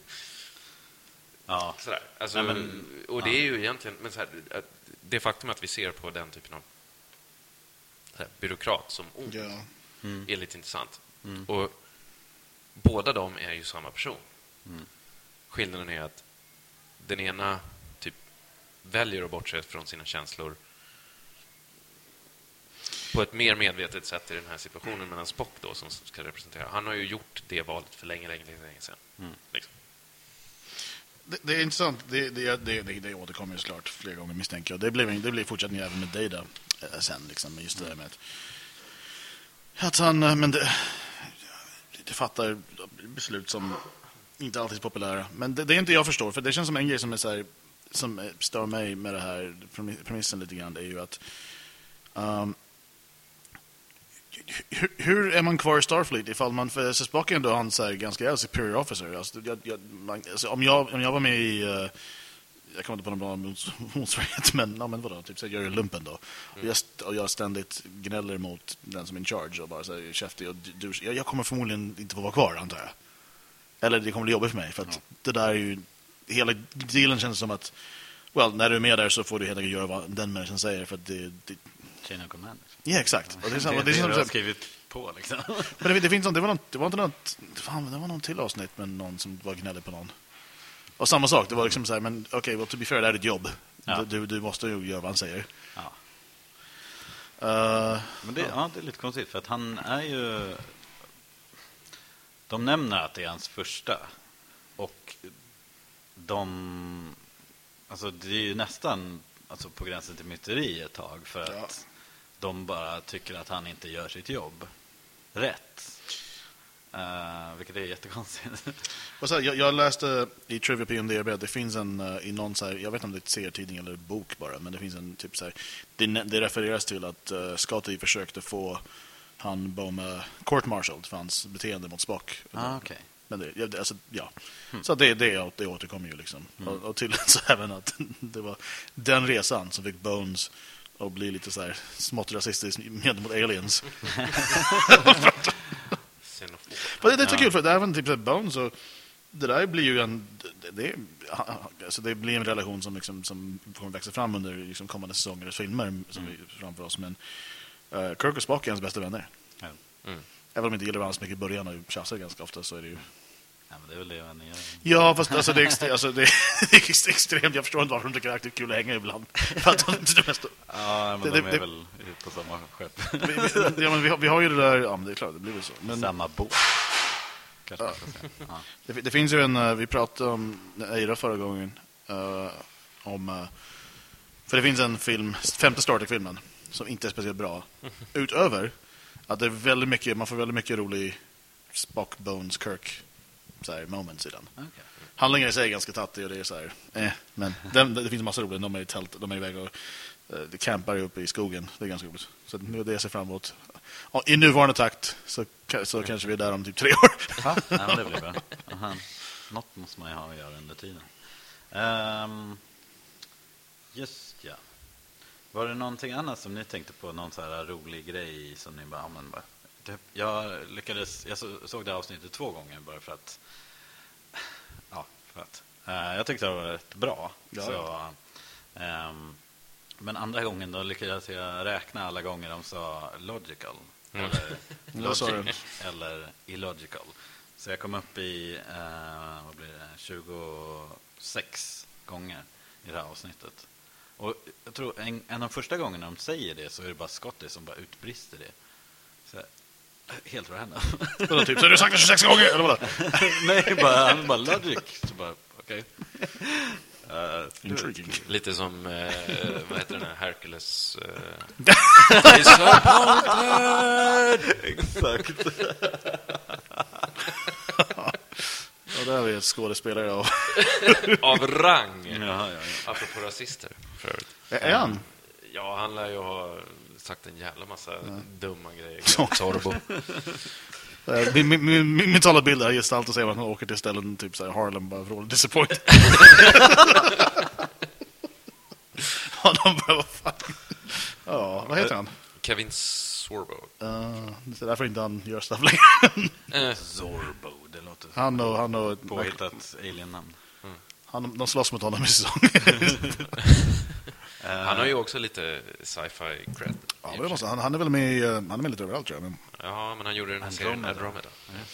Speaker 2: Ja.
Speaker 4: Sådär. Alltså,
Speaker 2: Nej, men,
Speaker 4: och det
Speaker 2: ja.
Speaker 4: är ju egentligen, men så här, det faktum att vi ser på den typen av så här, byråkrat som ond
Speaker 3: Ja.
Speaker 2: Mm.
Speaker 4: är lite intressant.
Speaker 2: Mm.
Speaker 4: Och båda de är ju samma person.
Speaker 2: Mm.
Speaker 4: Skillnaden är att den ena typ väljer att bortse från sina känslor på ett mer medvetet sätt i den här situationen, medan Spock då, som ska representera, han har ju gjort det valet för länge, länge, länge sedan.
Speaker 2: Mm.
Speaker 4: Liksom.
Speaker 3: Det, det är intressant. Det, det, det, det, det återkommer ju såklart flera gånger, misstänker jag. Det blir, det blir fortsättning även med Data eh, sen, liksom, just det där med att, att han, eh, men det, det fattar beslut som inte alltid är populära. Men det, det är inte jag förstår, för det känns som en grej som är så här, som stör mig med det här premissen lite grann, är ju att um, hur, hur är man kvar i Starfleet ifall man, för Spock är ändå han så här, ganska är superior officer. Alltså, jag, jag, man, alltså, om, jag, om jag var med i uh, jag kommer inte på någon bra motsvarighet, men, ja, men vadå, typ så jag gör lumpen då. Mm. Och, jag, och jag ständigt gnäller mot den som är in charge och bara så här, käftig och du, jag, jag kommer förmodligen inte få vara kvar, antar jag. Eller det kommer bli jobbigt för mig, för att ja. det där är ju, hela dealen känns som att, well, när du är med där så får du helt enkelt göra vad den människan säger, för att det, det
Speaker 2: Chain of command.
Speaker 3: Ja, exakt. Och det är samma,
Speaker 2: det,
Speaker 3: det är
Speaker 2: det
Speaker 3: som
Speaker 2: du har skrivit på, liksom.
Speaker 3: Men det, det finns något, det var något, det var inte något, fan, det var någon till avsnitt med någon som var gnällig på någon. Och samma sak, det var liksom så här, men okej, okay, well, to be fair, det är ditt jobb. Ja. Du, du måste ju göra vad han säger.
Speaker 2: Ja.
Speaker 3: Uh,
Speaker 2: men det, ja. ja, det är lite konstigt, för att han är ju, de nämner att det är hans första, och de, alltså det är ju nästan, alltså på gränsen till myteri ett tag, för att ja. de bara tycker att han inte gör sitt jobb rätt. Uh, vilket är jättekonstigt.
Speaker 3: Och så här, jag, jag läste i Trivia P M D B att det finns en uh, i någon så här, jag vet inte om det är ett serietidning eller bok bara, men det finns en typ så här, det, det refereras till att uh, Scotty försökte få han Boma court-martialed för hans beteende mot Spock.
Speaker 2: Ah, okay.
Speaker 3: Men det, alltså, ja.
Speaker 2: Hmm.
Speaker 3: Så det, det, det återkommer ju liksom. Mm. Och, och tydligen så även att det var den resan som fick Bones att bli lite så här smått rasistisk med mot aliens. Men det är så ja. kul, för det är även typ så Bones, och det där blir ju en det, det, alltså det blir en relation som liksom, som kommer växa fram under liksom kommande säsonger och filmer som mm. vi framför oss, men uh, Kirk och Spock är hans bästa vänner. Ja. Mm. Även om de inte gillar varandra så mycket i början och tjafsar ganska ofta, så är det ju...
Speaker 2: Ja, men det är väl det vänner gör.
Speaker 3: Ja, fast alltså, det, är extre- alltså, det, är, det är extremt. Jag förstår inte varför de tycker det är aktivt kul att hänga ibland. För att de, det mest...
Speaker 2: Ja, men
Speaker 3: det,
Speaker 2: de är
Speaker 3: det,
Speaker 2: väl på samma skepp.
Speaker 3: Vi, vi, ja, men vi, har, vi har ju det där... Ja, men det är klart, det blir väl så. Men,
Speaker 2: samma båt.
Speaker 3: Ja. Ja. Det, det finns ju en... Vi pratade om Eira förra gången. Uh, om... Uh, för det finns en film, femte Star Trek-filmen, som inte är speciellt bra. Utöver att det är väldigt mycket... Man får väldigt mycket rolig Spock, Bones, Kirk så här, moments i den. Okay. Handlingen i sig är ganska tattig och det är så här, eh, men den, det finns massa roligt. De är i tält, de är iväg och uh, de campar uppe i skogen. Det är ganska roligt. Så nu är det jag ser fram emot. Och i nuvarande takt så, så mm. kanske vi är där om typ tre år.
Speaker 2: Ja, ja det blir bra. Aha. Något måste man ju ha att göra under tiden. Um, just ja. Var det någonting annat som ni tänkte på? Någon så här rolig grej som ni bara använde? Jag lyckades, jag såg det avsnittet två gånger bara för att, ja, för att uh, jag tyckte det var rätt bra. Ja. Så, um, men andra gången då lyckades jag räkna alla gånger de sa logical mm. eller logic eller illogical. Så jag kom upp i uh, vad blir det, tjugosex gånger i det här avsnittet. Och jag tror en, en av de första gångerna de säger det så är det bara Scotty som bara utbrister det. Så helt vad händer.
Speaker 3: Vadå typ, så har du sagt det tjugosex gånger eller vadå?
Speaker 2: Nej, bara, han bara logic. Så bara, okej. Okay. Uh,
Speaker 4: Lite som, eh, vad heter den här, Hercules? Eh...
Speaker 2: Exakt.
Speaker 3: Ja, där har vi ett skådespelare av.
Speaker 4: Av rang.
Speaker 2: Ja, ja, ja.
Speaker 4: Apropå rasister, för övrigt.
Speaker 3: Är han?
Speaker 4: Ja, han lär ju ha sagt en jävla massa ja. dumma grejer. Sorbo.
Speaker 3: Min, min, min, min mentala bild är just allt att säga att han åker till ställen typ så här Harlem bara för att disappoint. Ja, de bara, vad fan. Ja, vad heter han?
Speaker 4: Kevin Sorbo.
Speaker 3: Uh, det är därför inte han gör stuff längre.
Speaker 4: Eh,
Speaker 2: Zorbo, det låter som
Speaker 3: Han och... Han och
Speaker 2: påhittat alien-namn.
Speaker 3: han, de slåss mot honom i säsong.
Speaker 4: han har ju också lite sci-fi cred.
Speaker 3: Ja, men det måste, han, han är väl med, i, uh, han är med lite överallt, tror jag. Men...
Speaker 4: Ja, men han gjorde den här serien
Speaker 2: Andromeda.
Speaker 4: Andromeda.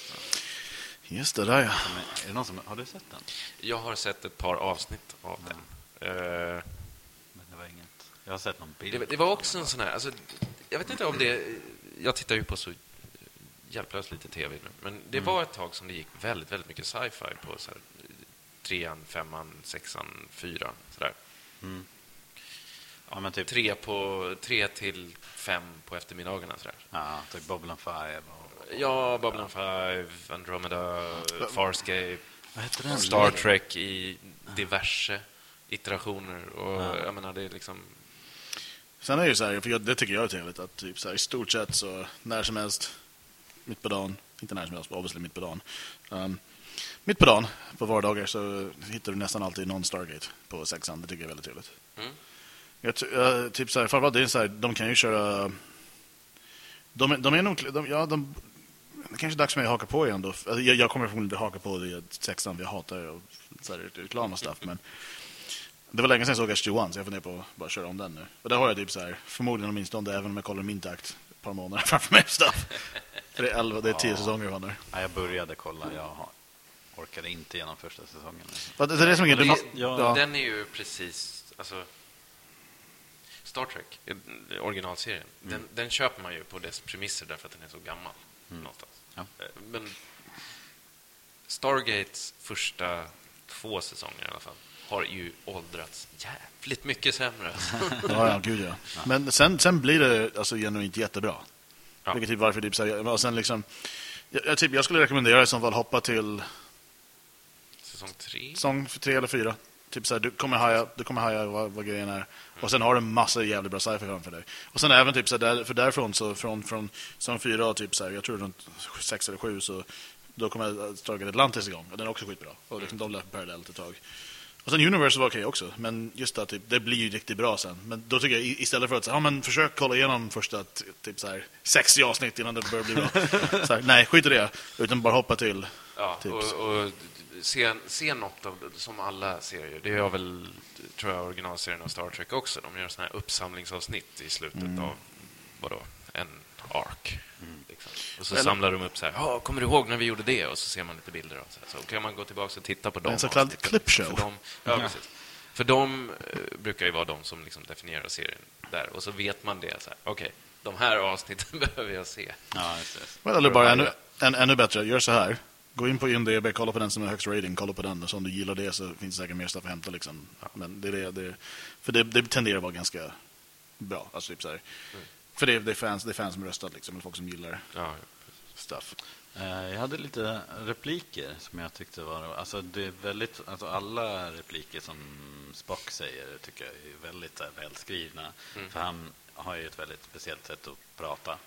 Speaker 3: Just det, där ja.
Speaker 2: Är det någon som, har du sett den?
Speaker 4: Jag har sett ett par avsnitt av den. Eh,
Speaker 2: Men det var inget. Jag har sett någon bild.
Speaker 4: det, det var också en sån här... Alltså, jag vet inte om det... Jag tittar ju på så hjälplöst lite tv nu. Men det var ett tag som det gick väldigt, väldigt mycket sci-fi på så här, trean, femman, sexan, fyran. Sådär.
Speaker 2: Mm. Ja, men typ...
Speaker 4: Tre, på, tre till fem på eftermiddagarna. Sådär.
Speaker 2: Ja, typ Babylon five. Och...
Speaker 4: Ja, Babylon five, Andromeda, Farscape,
Speaker 2: Vad heter den?
Speaker 4: Star Trek i diverse iterationer. Och
Speaker 2: Ja.
Speaker 4: jag menar, det är liksom...
Speaker 3: Sen är det ju så här, för jag, det tycker jag är trevligt, att typ så här, i stort sett så när som helst, mitt på dagen, inte när som helst, obviously mitt på dagen. Um, mitt på dagen, på vardagar, så hittar du nästan alltid någon Stargate på sexan. Det tycker jag är väldigt trevligt.
Speaker 4: Mm.
Speaker 3: Jag, ty- jag, typ så här, framförallt det är så här, de kan ju köra... De, är- de är nog... De, ja, de, det kanske är dags för mig att haka på igen då. Alltså, jag, jag kommer förmodligen inte haka på det i sexan, vi hatar och, så här, reklam och stuff, men... Det var länge sedan jag såg S G ett, så jag funderar på att bara köra om den nu. Och där har jag typ så här, förmodligen åtminstone, även om jag kollar min takt ett par månader framför mig och stuff. För det är elva, det är tio
Speaker 2: Ja.
Speaker 3: säsonger van där.
Speaker 2: Ja, jag började kolla. Jag har- orkade inte genom första säsongen.
Speaker 3: Ja, det, det är det som är...
Speaker 4: Men
Speaker 3: Du,
Speaker 4: det-
Speaker 2: ja.
Speaker 3: ja.
Speaker 4: Den är ju precis... Alltså, Star Trek, eh, originalserien, den, den köper man ju på dess premisser därför att den är så gammal. Någonstans.
Speaker 2: Ja.
Speaker 4: Eh, Men Stargates första två säsonger i alla fall har ju åldrats jävligt mycket sämre.
Speaker 3: Ja, ja, gud ja. Men sen, sen blir det alltså genuint jättebra.
Speaker 4: Ja.
Speaker 3: Vilket typ varför typ så här, och sen liksom... Jag, jag, typ, jag skulle rekommendera i så fall hoppa till
Speaker 4: Säsong tre?
Speaker 3: säsong tre eller fyra. Typ så här, du kommer haja, du kommer haja vad, vad grejen är. Och sen har du en massa jävligt bra sci-fi framför dig. Och sen även typ så här, där, för därifrån så från, från säsong fyra och typ så här, jag tror runt sex eller sju, så då kommer Stargate Atlantis igång. Och den är också skitbra. Och liksom, de löper parallellt ett tag. Och sen Universe var okej också, men just det, typ, det blir ju riktigt bra sen. Men då tycker jag i- istället för att säga, ja men försök kolla igenom första t- typ så här sextio avsnitt innan det börjar bli bra. Så här, nej, skit i det, utan bara hoppa till.
Speaker 4: Ja,
Speaker 3: Typ.
Speaker 4: och, och se, se något av det, som alla serier. Det gör väl, tror jag, originalserien av Star Trek också. De gör såna här uppsamlingsavsnitt i slutet av, vadå, en ark. Liksom. Och så
Speaker 3: Eller-
Speaker 4: samlar de upp så här, ja, kommer du ihåg när vi gjorde det? Och så ser man lite bilder av så här. Så kan man gå tillbaka och titta på dem.
Speaker 3: En så kallad
Speaker 4: avsnitten.
Speaker 3: clipshow.
Speaker 4: För de, ja, precis. För de eh, brukar ju vara de som liksom definierar serien där. Och så vet man det så här, okej, de här avsnitten behöver jag se.
Speaker 2: Ja, just det.
Speaker 3: Well, eller bara ännu, än, ännu bättre, gör så här. Gå in på I M D B, kolla på den som är högst rating, kolla på den. Och så om du gillar det så finns det säkert mer stuff att hämta. Liksom. Men det är det, det, för det, det tenderar att vara ganska bra. Alltså, typ så här. För det, det, är fans, det är fans som röstat, liksom, eller folk som gillar
Speaker 4: Ja,
Speaker 3: stuff.
Speaker 2: Eh, Jag hade lite repliker som jag tyckte var... Alltså det är väldigt... Alltså alla repliker som Spock säger tycker jag är väldigt så här, välskrivna. För han har ju ett väldigt speciellt sätt att prata.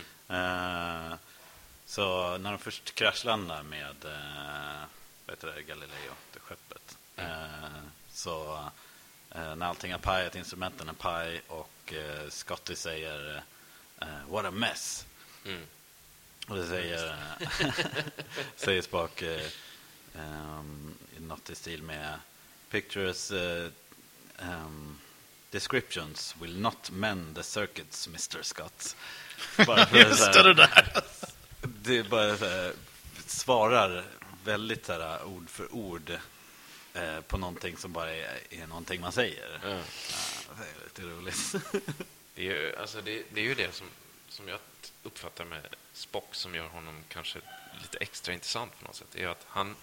Speaker 2: Eh, så när de först kraschlandar med eh, vad heter det, Galileo, det skeppet. Eh, så eh, när allting är pajat, instrumenten är paj, och eh, Scotty säger eh, what a mess.
Speaker 4: Mm.
Speaker 2: Och det säger, säger Spock eh, um, något i stil med pictures uh, um, descriptions will not mend the circuits, mister Scott. Bara för
Speaker 3: Just
Speaker 2: så här-
Speaker 3: det, det där.
Speaker 2: det är bara så här, svarar väldigt så här, ord för ord eh, på någonting som bara är, är någonting man säger.
Speaker 4: Ja.
Speaker 2: Ja, det är lite roligt.
Speaker 4: Det är ju, alltså det, det är ju det som, som jag uppfattar med Spock som gör honom kanske lite extra intressant på något sätt. Det är att han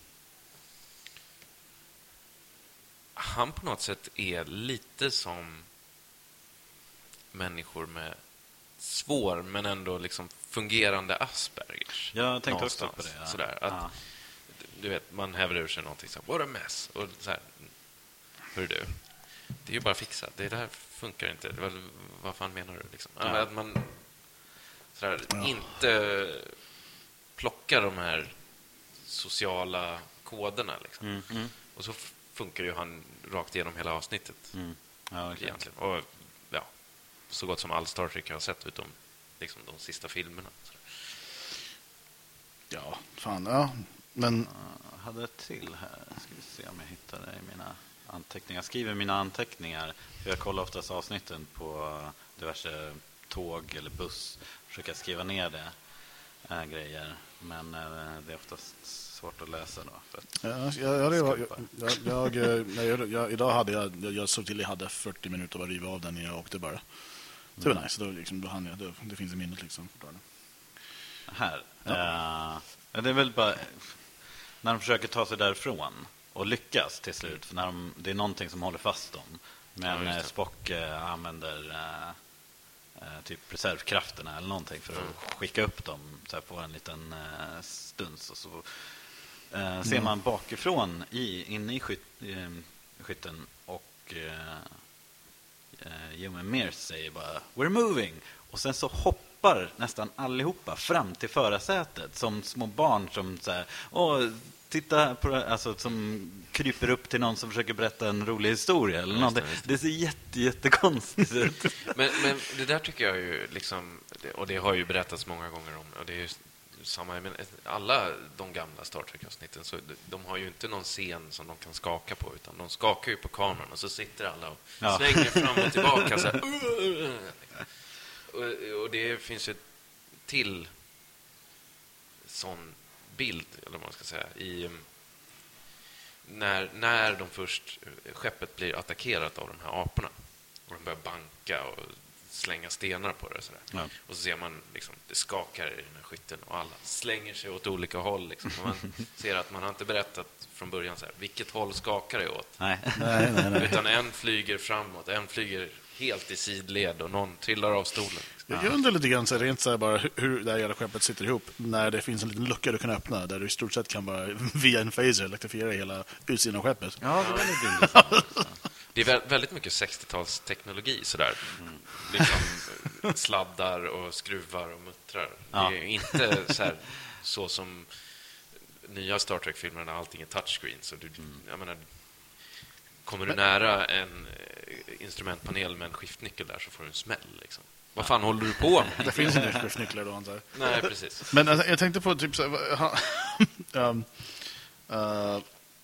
Speaker 4: han på något sätt är lite som människor med svår men ändå liksom fungerande Aspergers.
Speaker 2: Jag tänkte
Speaker 4: Någonstans.
Speaker 2: också på det. Ja.
Speaker 4: Sådär, att,
Speaker 2: Ja.
Speaker 4: du vet, man häver ur sig någonting så här, what a mess. Och så här, hur du? Det är ju bara fixat. Det där funkar inte. Vad, vad fan menar du? Liksom?
Speaker 2: Ja.
Speaker 4: Att man så här, inte plockar de här sociala koderna. Liksom.
Speaker 2: Mm, mm,
Speaker 4: Och så f- funkar ju han rakt igenom hela avsnittet.
Speaker 2: mm. Ja, okej.
Speaker 4: Egentligen. Och, ja. så gott som all Star Trek jag har sett, utom liksom de sista filmerna.
Speaker 3: Ja, fan, ja. Men...
Speaker 2: Jag hade ett till här. Ska vi se om jag hittar det i mina anteckningar. Jag skriver mina anteckningar. För jag kollar oftast avsnitten på diverse tåg eller buss. Försöker skriva ner det. Äh, grejer. Men äh, det är oftast svårt att läsa då. För att
Speaker 3: ja, ja, det var, jag, jag, jag, jag, jag, idag hade jag, jag, jag såg till jag hade fyrtio minuter att riva av den när jag åkte bara. Det var mm. nice. Då, liksom, då hann jag, då, det finns i minnet liksom fortfarande.
Speaker 2: Här.
Speaker 3: Ja.
Speaker 2: Uh, det är väl bara när de försöker ta sig därifrån och lyckas till slut. För när de, det är någonting som håller fast dem. Men ja, Spock uh, använder uh, uh, typ reservkrafterna eller någonting för att mm. skicka upp dem så här, på en liten uh, stund. Och så uh, ser mm. man bakifrån i, inne i skyt, uh, skytten och uh, uh, Human Mears säger bara "We're moving", och sen så hoppar nästan allihopa fram till förarsätet som små barn som så här, åh, titta på det, alltså som kryper upp till någon som försöker berätta en rolig historia eller något. Det, det ser jätte jättekonstigt ut.
Speaker 4: men men det där tycker jag ju liksom, och det har ju berättats många gånger om, och det är ju samma, men alla de gamla Star Trek-avsnitten, så de har ju inte någon scen som de kan skaka på, utan de skakar ju på kameran och så sitter alla och ja. svänger fram och tillbaka så här. Och, och det finns ju till sån bild, eller vad man ska säga, i när, när de först skeppet blir attackerat av de här aporna och de börjar banka och slänga stenar på det sådär. Ja. Och så ser man liksom, det skakar i den här skytten och alla slänger sig åt olika håll liksom. Och man ser att man har inte berättat från början så här, vilket håll skakar det åt.
Speaker 2: Nej.
Speaker 3: nej, nej, nej.
Speaker 4: Utan en flyger framåt, en flyger helt i sidled och någon trillar av stolen.
Speaker 3: Jag undrar lite grann så här, rent så här, bara hur det här jävla skeppet sitter ihop när det finns en liten lucka du kan öppna där du i stort sett kan bara via en phaser elektrifiera hela utsidan av skeppet.
Speaker 2: Ja, det är väldigt intressant.
Speaker 4: Det är väldigt mycket sextiotalsteknologi sådär. Mm. Liksom sladdar och skruvar och muttrar. Ja. Det är inte så här, så som nya Star Trek-filmer när allting är touchscreen. Så du, mm. jag menar, kommer du nära en instrumentpanel med en skiftnyckel där så får du en smäll liksom. Vad fan håller du på med?
Speaker 3: Det finns inga skiftnycklar då, antar jag.
Speaker 4: Nej, precis.
Speaker 3: Men alltså, jag tänkte på typ så här, um, uh,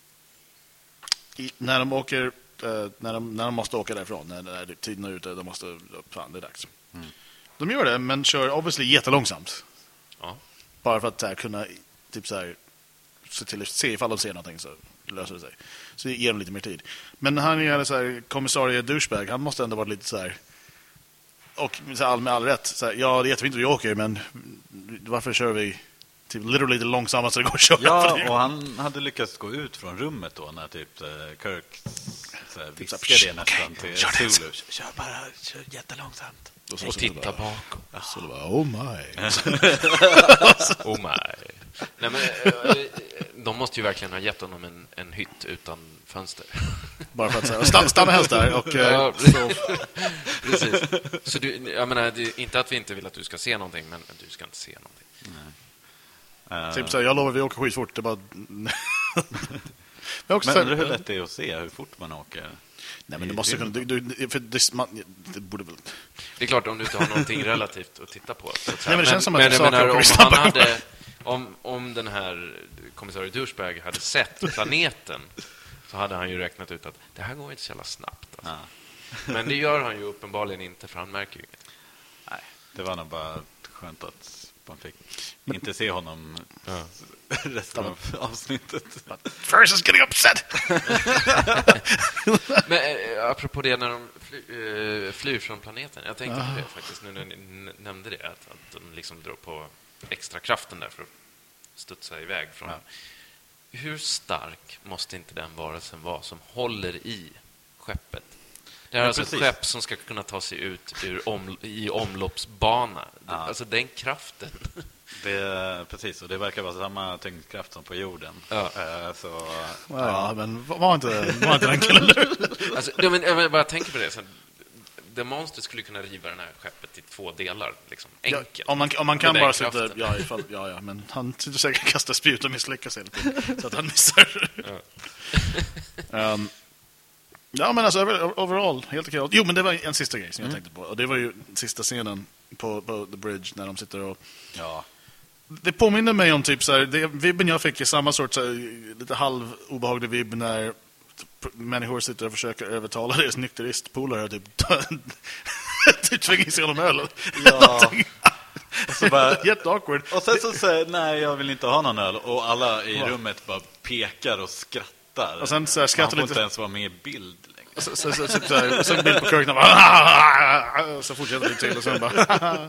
Speaker 3: i, när de åker uh, när, de, när de måste åka därifrån, när, när tiden är ute, de måste, fan, det är dags. Mm. De gör det, men kör obviously jättelångsamt.
Speaker 4: Ja.
Speaker 3: Bara för att här, kunna typ så här, se, till, se ifall de ser någonting så löser det sig. Så det ger dem lite mer tid. Men han är så här, kommissarie douchebag, han måste ändå vara lite så här, och så här, med all rätt så här, ja, det är jättefint att vi åker, men varför kör vi typ literally lite långsammare så det går att köra?
Speaker 2: Ja, och han hade lyckats gå ut från rummet då när typ Kirk så här, viskade det nästan till Sulu.
Speaker 3: Kör bara, kör jättelångsamt.
Speaker 4: Och, och titta bakom.
Speaker 3: Så det var, oh my.
Speaker 4: oh my. Nej, men de måste ju verkligen ha gett honom en, en hytt utan fönster.
Speaker 3: Bara för att säga, stanna, stanna helst där. Och,
Speaker 4: ja, så. Precis. Så du, jag menar, det är inte att vi inte vill att du ska se någonting, men du ska inte se någonting.
Speaker 2: Nej. Uh,
Speaker 3: typ så här, jag lovar vi åker skitfort. Det bara...
Speaker 2: men också men hur lätt det är att se hur fort man åker?
Speaker 3: Nej, men det måste kunna... Du, du, för det, man, det borde väl...
Speaker 4: Det är klart om du inte har någonting relativt att titta på. Så att
Speaker 3: Nej, men det känns som att
Speaker 4: men,
Speaker 3: men,
Speaker 4: menar, om han hade... Om, om den här kommissarie douchebag hade sett planeten så hade han ju räknat ut att det här går inte så jävla snabbt. Alltså. Ja. Men det gör han ju uppenbarligen inte, för han märker ju inget.
Speaker 2: Nej, det var nog bara skönt att man fick men, inte se honom ja. resten av avsnittet.
Speaker 3: First is getting upset!
Speaker 4: Men äh, apropå det när de fly, äh, flyr från planeten. Jag tänkte på det faktiskt nu när ni nämnde det. Att, att de liksom drar på extra kraften där för att studsa iväg från. Ja. Hur stark måste inte den varelsen vara som håller i skeppet? Det är ja, alltså precis. Ett skepp som ska kunna ta sig ut ur om, i omloppsbana. Ja. Alltså den kraften.
Speaker 2: Det, precis, och det verkar vara samma tyngdkraft som på jorden.
Speaker 4: Ja,
Speaker 2: uh, så,
Speaker 3: ja, ja, men var inte, var inte den killen.
Speaker 4: Alltså, ja, men jag bara tänker på det. Så, det monster skulle kunna riva den här skeppet i två delar, liksom. Enkelt.
Speaker 3: Ja, om, man, om man kan bara sitta... Ja, ifall, ja, ja, men han sitter säkert kastar spjut och misslyckas hela tiden, så att han missar. Ja. um, Ja, men alltså overall, helt okej. Jo, men det var en sista grej som jag
Speaker 2: Mm.
Speaker 3: tänkte på. Och det var ju sista scenen på, på The Bridge när de sitter och...
Speaker 2: Ja.
Speaker 3: Det påminner mig om typ så här, det vibben jag fick är samma sorts så här, lite halv obehaglig vibb när människor sitter och försöker övertala deras nykteristpolare typ typ tvinga i sig honom öl.
Speaker 2: Ja. Och så bara,
Speaker 3: jätteawkward.
Speaker 2: och sen så säger nej, jag vill inte ha någon öl. Och alla i rummet bara pekar och skrattar.
Speaker 3: Och sen så här skrattar
Speaker 2: man får
Speaker 3: lite-
Speaker 2: inte ens vara med i bild längre.
Speaker 3: Och så, så, så, så, så, här, och så en bild på Kirk bara, och så fortsätter det till och sen bara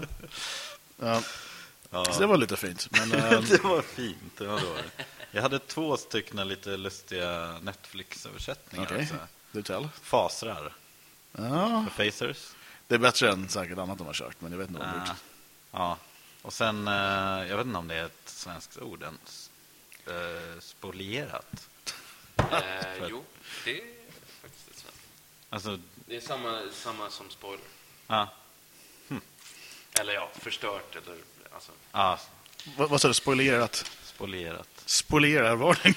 Speaker 3: ja.
Speaker 2: Ja.
Speaker 3: Så det var lite fint. Men, eh,
Speaker 2: Det var fint, det var då. Jag hade två stycken lite lustiga Netflix-översättningar
Speaker 3: okej,
Speaker 2: också.
Speaker 3: du tell.
Speaker 2: Fasrar
Speaker 3: Ja,
Speaker 2: för Facers.
Speaker 3: det är bättre än säkert annat de har kört, men jag vet inte om de har
Speaker 2: Uh,
Speaker 3: gjort.
Speaker 2: ja. Och sen, uh, jag vet inte om det är ett svenskt ord ens. Uh, spolierat.
Speaker 4: Eh, jo, det är faktiskt ett svenskt.
Speaker 2: Alltså,
Speaker 4: Det är samma, samma som spoiler.
Speaker 2: ja.
Speaker 4: Eller ja, förstört eller... Alltså,
Speaker 2: Ja,
Speaker 3: Vad, vad sa du? Spoilerat?
Speaker 2: spolierat.
Speaker 3: Spoilerarvarning.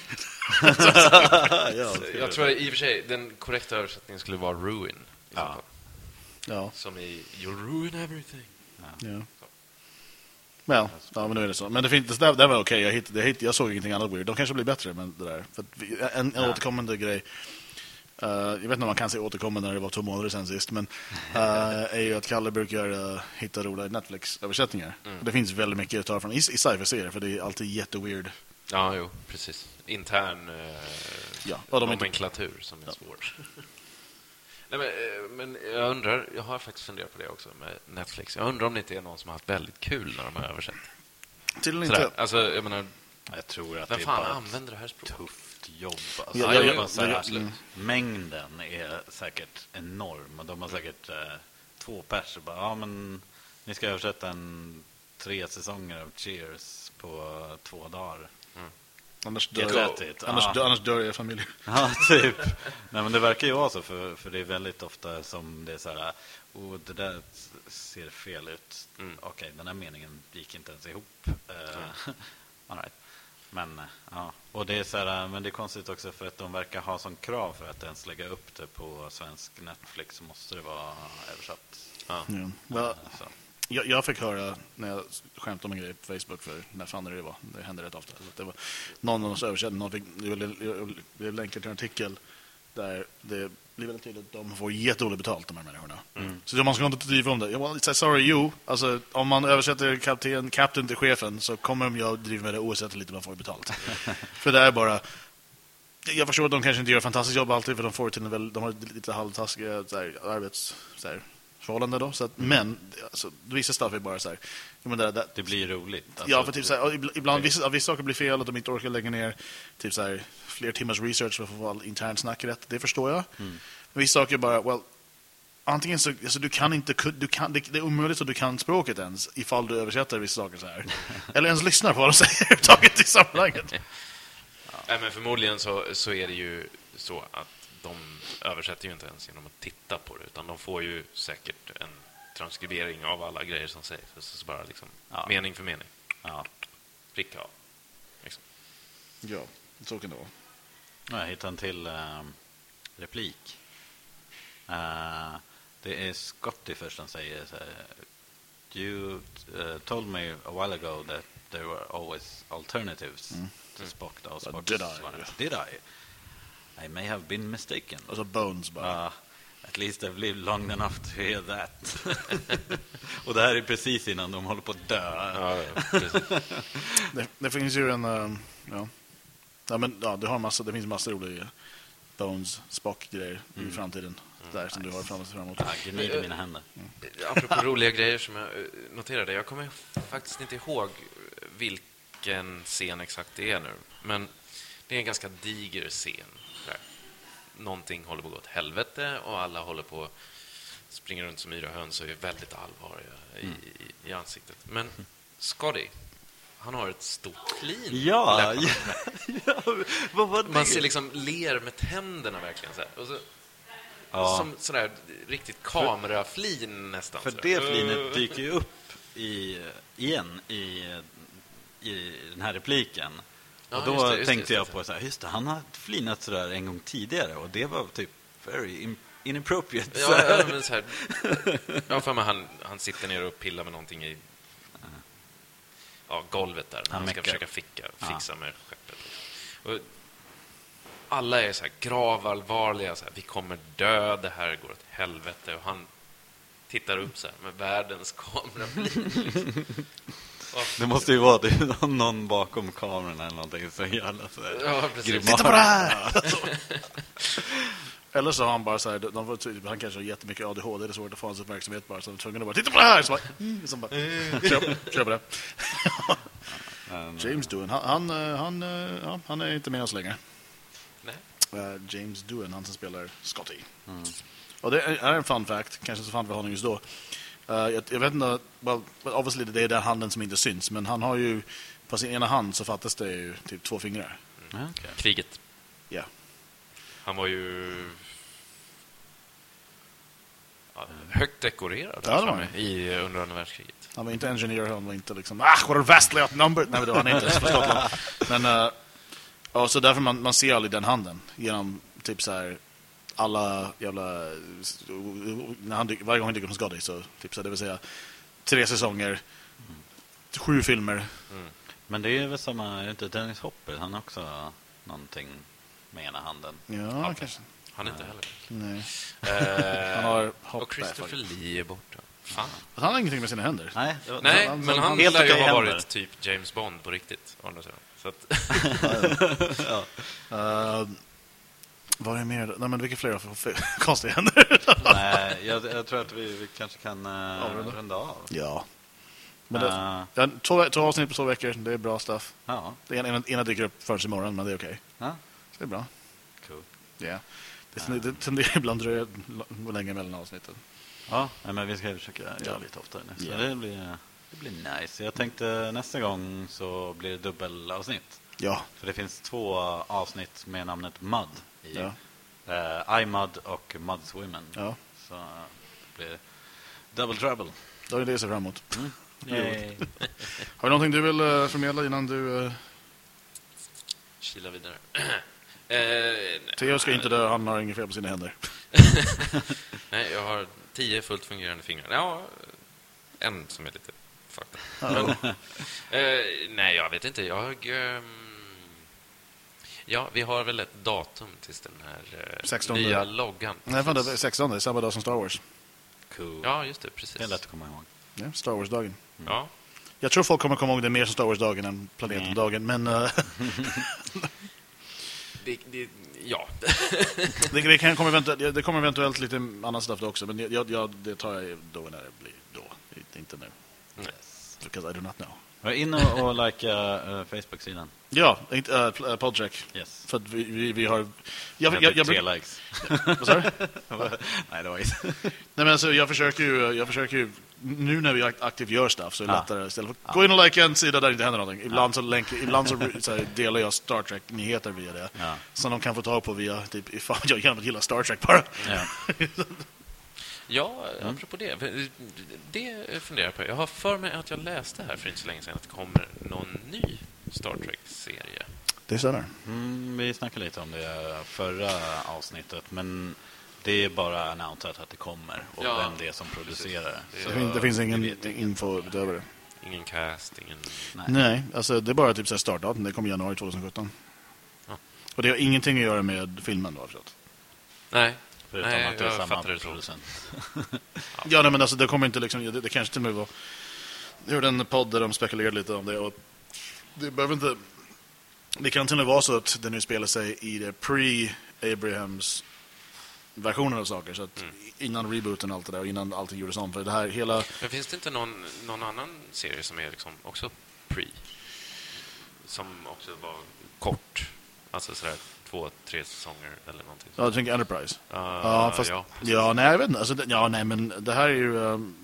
Speaker 2: Ja,
Speaker 4: jag tror i och för sig den korrekta översättningen skulle vara ruin. I så
Speaker 2: Ja.
Speaker 4: fall.
Speaker 3: Ja.
Speaker 4: Som i you'll ruin everything.
Speaker 3: Ja. Men, ja, men nu är det så. Men det, finns, det, där, det där var okej. Jag, hittade, jag, hittade, jag såg ingenting annat weird. De kanske blir bättre, men det där. För att vi, en, en
Speaker 2: Ja.
Speaker 3: återkommande grej. Uh, jag vet inte om man kan säga återkommande när det var två månader sedan sist. Men uh, är ju att Kalle brukar uh, hitta roliga Netflix-översättningar.
Speaker 4: Mm.
Speaker 3: Och det finns väldigt mycket att ta från i, i sci-fi-serier. För det är alltid jätteweird.
Speaker 4: Ja, jo, precis. Intern eh,
Speaker 3: Ja, och de är inte-
Speaker 4: nomenklatur som är svår. Nej, men, eh, men jag undrar, jag har faktiskt funderat på det också med Netflix. Jag undrar om det inte är någon som har haft väldigt kul när de har översatt.
Speaker 3: Tydligen
Speaker 4: Sådär.
Speaker 3: inte.
Speaker 4: Alltså, jag menar,
Speaker 2: Jag tror att
Speaker 4: vem
Speaker 2: det är
Speaker 4: fan
Speaker 2: bara
Speaker 4: använder det här språket?
Speaker 2: ett tufft jobb. Alltså.
Speaker 3: Ja,
Speaker 2: Ja,
Speaker 3: jag-
Speaker 2: jag,
Speaker 3: jag-
Speaker 2: bara så här,
Speaker 3: jag-
Speaker 2: absolut.
Speaker 3: mm.
Speaker 2: Mängden är säkert enorm. Och de har säkert eh, två pers. Bara, ja, men ni ska översätta en tre säsonger av Cheers på två dagar.
Speaker 3: Annars
Speaker 2: Get
Speaker 3: dör,
Speaker 2: at it.
Speaker 3: annars,
Speaker 2: Ja.
Speaker 3: dör, annars dör jag familj.
Speaker 2: Ja, typ. Nej, men det verkar ju vara så, för, för det är väldigt ofta som det är så här, oh, det där ser fel ut.
Speaker 4: Mm.
Speaker 2: Okej, den här meningen gick inte ens ihop. Uh, all right. Men, eh, ja. Och det är så här, men det är konstigt också för att de verkar ha sån krav för att ens lägga upp det på svensk Netflix, så måste det vara översatt.
Speaker 4: Ja.
Speaker 3: Ja. Well,
Speaker 2: Eh, så.
Speaker 3: Jag, jag fick höra när jag skämtade om en grej på Facebook för när fan det var. Det hände rätt ofta. Så att det var någon av oss översättning. Någon fick, jag blev- blev länkad till en artikel där det blir väldigt tydligt att de får jättedåligt betalt, de här människorna.
Speaker 2: Mm.
Speaker 3: Så man ska inte driva om det. Jag well, sorry, jo. Alltså, om man översätter kapten, kapten till chefen så kommer de jag driva med det oavsett lite man får betalt. För det är bara... Jag förstår att de kanske inte gör ett fantastiskt jobb alltid, för de får till en väl, de har lite halvtaskiga så här, arbets... Så här, förhållande då, så att, men alltså, vissa stuff är bara så här, jag menar, det,
Speaker 2: Det blir roligt. Alltså,
Speaker 3: ja, för typ så här, ibland- ibland vissa, vissa saker blir fel och de inte orkar lägga ner typ så här, fler timmars research för att få all intern snack rätt, det förstår jag.
Speaker 2: Mm.
Speaker 3: Men vissa saker bara, well, antingen så, alltså, du kan inte, du kan, det, det är omöjligt att du kan språket ens ifall du översätter vissa saker så här. Eller ens lyssnar på vad de säger överhuvudtaget i sammanhanget.
Speaker 4: Nej, men förmodligen så, så är det ju så att de översätter ju inte ens genom att titta på det, utan de får ju säkert en transkribering av alla grejer som sägs. Så, så bara liksom,
Speaker 2: Ja.
Speaker 4: mening för mening.
Speaker 2: Ja.
Speaker 4: Pricka av. Liksom.
Speaker 3: Ja, så kan det vara.
Speaker 2: Ja, jag hittade en till ehm, replik. Eh, det är Scotty först som säger så här, you uh, told me a while ago that there were always alternatives to Spock. Då, Spock
Speaker 3: did I?
Speaker 2: svarade, Did I? I may have been mistaken.
Speaker 3: Och så Bones bara.
Speaker 2: Uh, at least I've lived long enough to hear that. Och det här är precis innan de håller på att dö.
Speaker 4: Ja, ja, precis.
Speaker 3: Det, det finns ju en... ehm, ja. Ja, men, ja, det, har massa, det finns massor roliga Bones, Spock-grejer i framtiden. Där som du har fram fram emot.
Speaker 2: Ah, gnider mina händer.
Speaker 4: Apropå roliga grejer som jag eh, noterade, jag kommer faktiskt inte ihåg vilken scen exakt det är nu, men det är en ganska diger scen där någonting håller på att gå åt helvete och alla håller på springer runt som yra höns och är väldigt allvarliga i, i, i ansiktet. Men Scotty, han har ett stort flin i
Speaker 2: Ja,
Speaker 4: läpparna.
Speaker 2: ja, ja, vad var det?
Speaker 4: Man ser liksom ler med tänderna verkligen så här. Och så,
Speaker 2: Ja.
Speaker 4: som sådär riktigt kameraflin nästan.
Speaker 2: För
Speaker 4: sådär.
Speaker 2: det flinet dyker ju upp i, igen i, i den här repliken.
Speaker 4: Ja,
Speaker 2: Och då
Speaker 4: just det, just det,
Speaker 2: tänkte
Speaker 4: just det.
Speaker 2: jag på så här, just det, han har flinat sådär en gång tidigare och det var typ very in- inappropriate.
Speaker 4: Ja, ja, men så här, jag har för mig han, han sitter ner och pillar med någonting i ja, golvet där. När han, han ska försöka ficka, fixa ja. med skeppet. Och alla är så här gravallvarliga. Så här, vi kommer dö, det här går åt helvete. Och han tittar upp så här med världens kamera. Liksom.
Speaker 2: Det måste ju vara det, någon bakom kameran eller någonting så jävla så här.
Speaker 4: Ja, precis.
Speaker 3: Titta på det här! Eller så har han bara så här, de var typ, han kanske har jättemycket A D H D, det är svårt att få hans uppmärksamhet bara, så han var tvungen att bara, titta på det här! Så bara, mm, så bara köp, köp det. James Doohan, han, han, han, ja, han är inte med oss längre.
Speaker 4: Nej.
Speaker 3: Uh, James Doohan, han som spelar Scotty. Mm. Och det är en fun fact, kanske så fan för honom just då. Uh, jag, jag vet inte, well, obviously det är den handen som inte syns, men han har ju, på sin ena hand så fattas det ju typ två fingrar.
Speaker 4: Mm. Okay. Kriget.
Speaker 3: Ja. Yeah.
Speaker 4: Han var ju ja, högt dekorerad
Speaker 3: ja, det var
Speaker 4: i under andra världskriget.
Speaker 3: Han var inte engineer, han var inte liksom ah, what a vastly outnumbered. Nej, men det var han inte för Skottland. Men uh, ja, så därför man, man ser aldrig den handen genom typ så här alla jävla när han, varje gång han dyker på Scotty så typ så här, det vill säga tre säsonger mm. sju filmer.
Speaker 2: Mm. Men det är väl samma, är inte Dennis Hopper, han har också någonting med ena handen.
Speaker 3: Ja,
Speaker 4: ja
Speaker 3: kanske.
Speaker 4: Han är inte heller.
Speaker 3: Nej.
Speaker 4: Uh,
Speaker 3: han har
Speaker 4: och Christopher Lee är borta. Fan.
Speaker 3: Han har ingenting med sina händer.
Speaker 2: Nej,
Speaker 4: var, Nej han, men han, han lär ju ha varit händer. Typ James Bond på riktigt. Så att
Speaker 3: ja. uh, vad är mer? Nej, men vilka fler har konstiga händer?
Speaker 2: Nej, jag, jag tror att vi, vi kanske kan uh, runda av.
Speaker 3: Ja. Men det, uh, ja, två, två avsnitt på två veckor, det är bra stuff.
Speaker 2: Ja.
Speaker 3: Det ena, ena dyker upp först imorgon, men det är okej. Okay.
Speaker 2: Ja.
Speaker 3: Så det är bra.
Speaker 2: Cool.
Speaker 3: Yeah. Det, uh. det tenderar ibland dröja länge mellan avsnitten.
Speaker 2: Ja, men vi ska försöka ja. göra lite oftare nu. Så yeah. det, blir, det blir nice. Jag tänkte nästa gång så blir det dubbelavsnitt.
Speaker 3: Ja.
Speaker 2: För det finns två avsnitt med namnet Mud i.
Speaker 3: Ja.
Speaker 2: Uh, I Mud och Mud's Women.
Speaker 3: Ja.
Speaker 2: Så det blir double trouble.
Speaker 3: Då är det så framåt.
Speaker 2: Mm.
Speaker 3: Har du någonting du vill uh, förmedla innan du... Uh...
Speaker 4: Kila vidare. eh,
Speaker 3: Theo ska inte dö, han har inget fel på sina händer.
Speaker 4: Nej, jag har tio fullt fungerande fingrar. Ja, en som är lite fucked. Men, eh, nej, jag vet inte. Jag... Eh, ja, vi har väl ett datum tills den här eh,
Speaker 3: sextonde
Speaker 4: nya loggan.
Speaker 3: Nej, fan, det är sextonde, samma dag som Star Wars.
Speaker 2: Cool.
Speaker 4: Ja, just det, precis.
Speaker 2: Det är lätt att komma ihåg.
Speaker 3: Ja, Star Wars-dagen.
Speaker 4: Mm. Ja.
Speaker 3: Jag tror folk kommer komma ihåg det mer som Star Wars-dagen än planeten-dagen, men... Uh...
Speaker 4: det, det, ja.
Speaker 3: det, det, kan komma eventuellt, det kommer eventuellt lite annat stuff då också, men jag, jag, det tar jag då när det blir då. Inte nu. Yes. Because I do not know.
Speaker 2: Var in och, och likea uh, Facebook-sidan.
Speaker 3: Ja, uh, Podcheck.
Speaker 2: Yes.
Speaker 3: För att vi, vi, vi har... Jag,
Speaker 2: jag,
Speaker 3: jag, jag,
Speaker 2: tre jag, likes.
Speaker 3: Vad sa du?
Speaker 2: Nej, det var inte.
Speaker 3: Nej, men alltså, jag försöker ju... Jag försöker ju nu när vi aktivt gör stuff så är det ah. lättare istället för att ah. gå in och like en sida där det inte händer någonting. Ibland, ah. så, länk, ibland så, så här, delar jag Star Trek-nyheter via det. Ah. Som de kan få tag på via typ, ifall jag gärna gillar Star Trek bara.
Speaker 2: Ja.
Speaker 4: Ja, apropå det. Det funderar jag på. Jag har för mig att jag läste här för inte så länge sedan att det kommer någon ny Star Trek-serie.
Speaker 3: Det stämmer.
Speaker 2: Mm, vi snackade lite om det förra avsnittet, men det är bara annonsat att det kommer och ja, vem det är som producerar.
Speaker 3: Det, det, det finns ingen info utöver det.
Speaker 4: Ingen cast, ingen...
Speaker 3: Nej, Nej alltså det är bara typ så här startdatum. Det kommer i januari tjugosjutton. Ja. Och det har ingenting att göra med filmen då, förstås.
Speaker 4: Nej.
Speaker 2: Förutom
Speaker 4: nej,
Speaker 2: att det är
Speaker 4: jag
Speaker 2: samma
Speaker 4: det
Speaker 2: producent.
Speaker 3: ja, ja nej, men alltså det kommer inte liksom... Det, det kanske till och med var... Jag hörde en podd där de spekulerade lite om det och det behöver inte... Det kan till och med vara så att det nu spelar sig i det pre-Abrahams versionen av saker så att mm. innan rebooten och allt det där och innan allting gjordes om för det här hela...
Speaker 4: Men finns det inte någon, någon annan serie som är liksom också pre som också var kort alltså sådär två, tre säsonger eller någonting
Speaker 3: ja, jag tänker Enterprise
Speaker 4: uh,
Speaker 3: ja, fast,
Speaker 4: ja,
Speaker 3: ja, nej jag vet inte alltså, ja, nej men det här är ju um,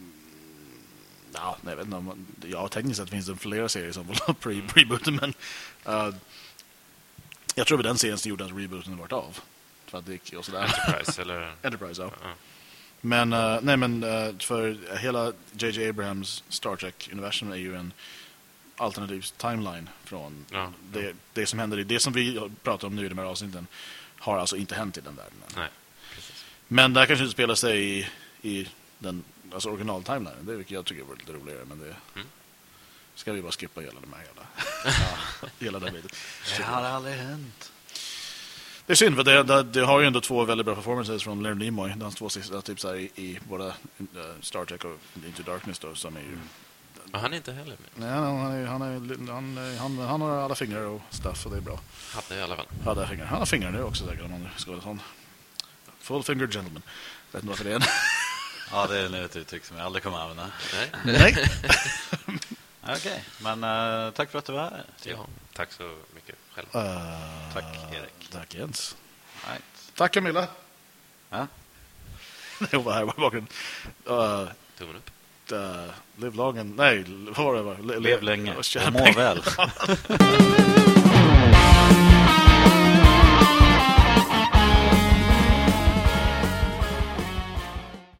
Speaker 3: ja, nej jag vet inte ja, tekniskt sett finns det flera serier som var pre, pre-rebooten men uh, jag tror att den serien som gjorde att rebooten varit av för att det gick och sådär.
Speaker 4: Enterprise eller
Speaker 3: Enterprise, ja.
Speaker 4: Uh-huh.
Speaker 3: Men uh, nej men uh, för hela J J Abrahams Star Trek universum är ju en alternativ timeline från
Speaker 4: ja.
Speaker 3: det, det som händer i det som vi pratar om nu i de här avsnitten har alltså inte hänt i den världen.
Speaker 4: Nej, precis.
Speaker 3: Men där kanske inte spelar sig i, i den alltså original-timelinen. Det är vilket jag tycker var lite roligare. Men det
Speaker 4: Mm.
Speaker 3: ska vi bara skippa hela den här hela, hela den biten.
Speaker 2: Det har aldrig hänt.
Speaker 3: Det är synd, för det, det, det har ju ändå två väldigt bra performances från Leonard Nimoy. Hans två sista, typ så här, i, i både uh, Star Trek och Into Darkness då, som är ju... Mm.
Speaker 4: Men han är inte heller med.
Speaker 3: Nej, han, är, han, är, han, är, han, han har alla fingrar och stuff, och det är bra.
Speaker 4: Hade i alla fall.
Speaker 3: Hade fingrar. Han har fingrar nu också säkert, om man ska vara sån. Full finger gentleman. Vet inte varför det är en.
Speaker 2: Ja, det är ett uttryck som jag aldrig kommer att använda.
Speaker 4: Nej.
Speaker 3: Nej.
Speaker 2: Okej, okay. Men uh, tack för att du var här.
Speaker 4: Ja, tack så mycket själv.
Speaker 3: Uh,
Speaker 2: tack, Erik.
Speaker 3: Tack, Jens.
Speaker 2: Right.
Speaker 3: Tack, Camilla.
Speaker 2: Ja?
Speaker 3: Jag var här i bakgrunden. Uh,
Speaker 4: Tummen upp.
Speaker 3: Uh, live long and... Nej, vad var det?
Speaker 2: Lev länge
Speaker 3: och
Speaker 2: må väl.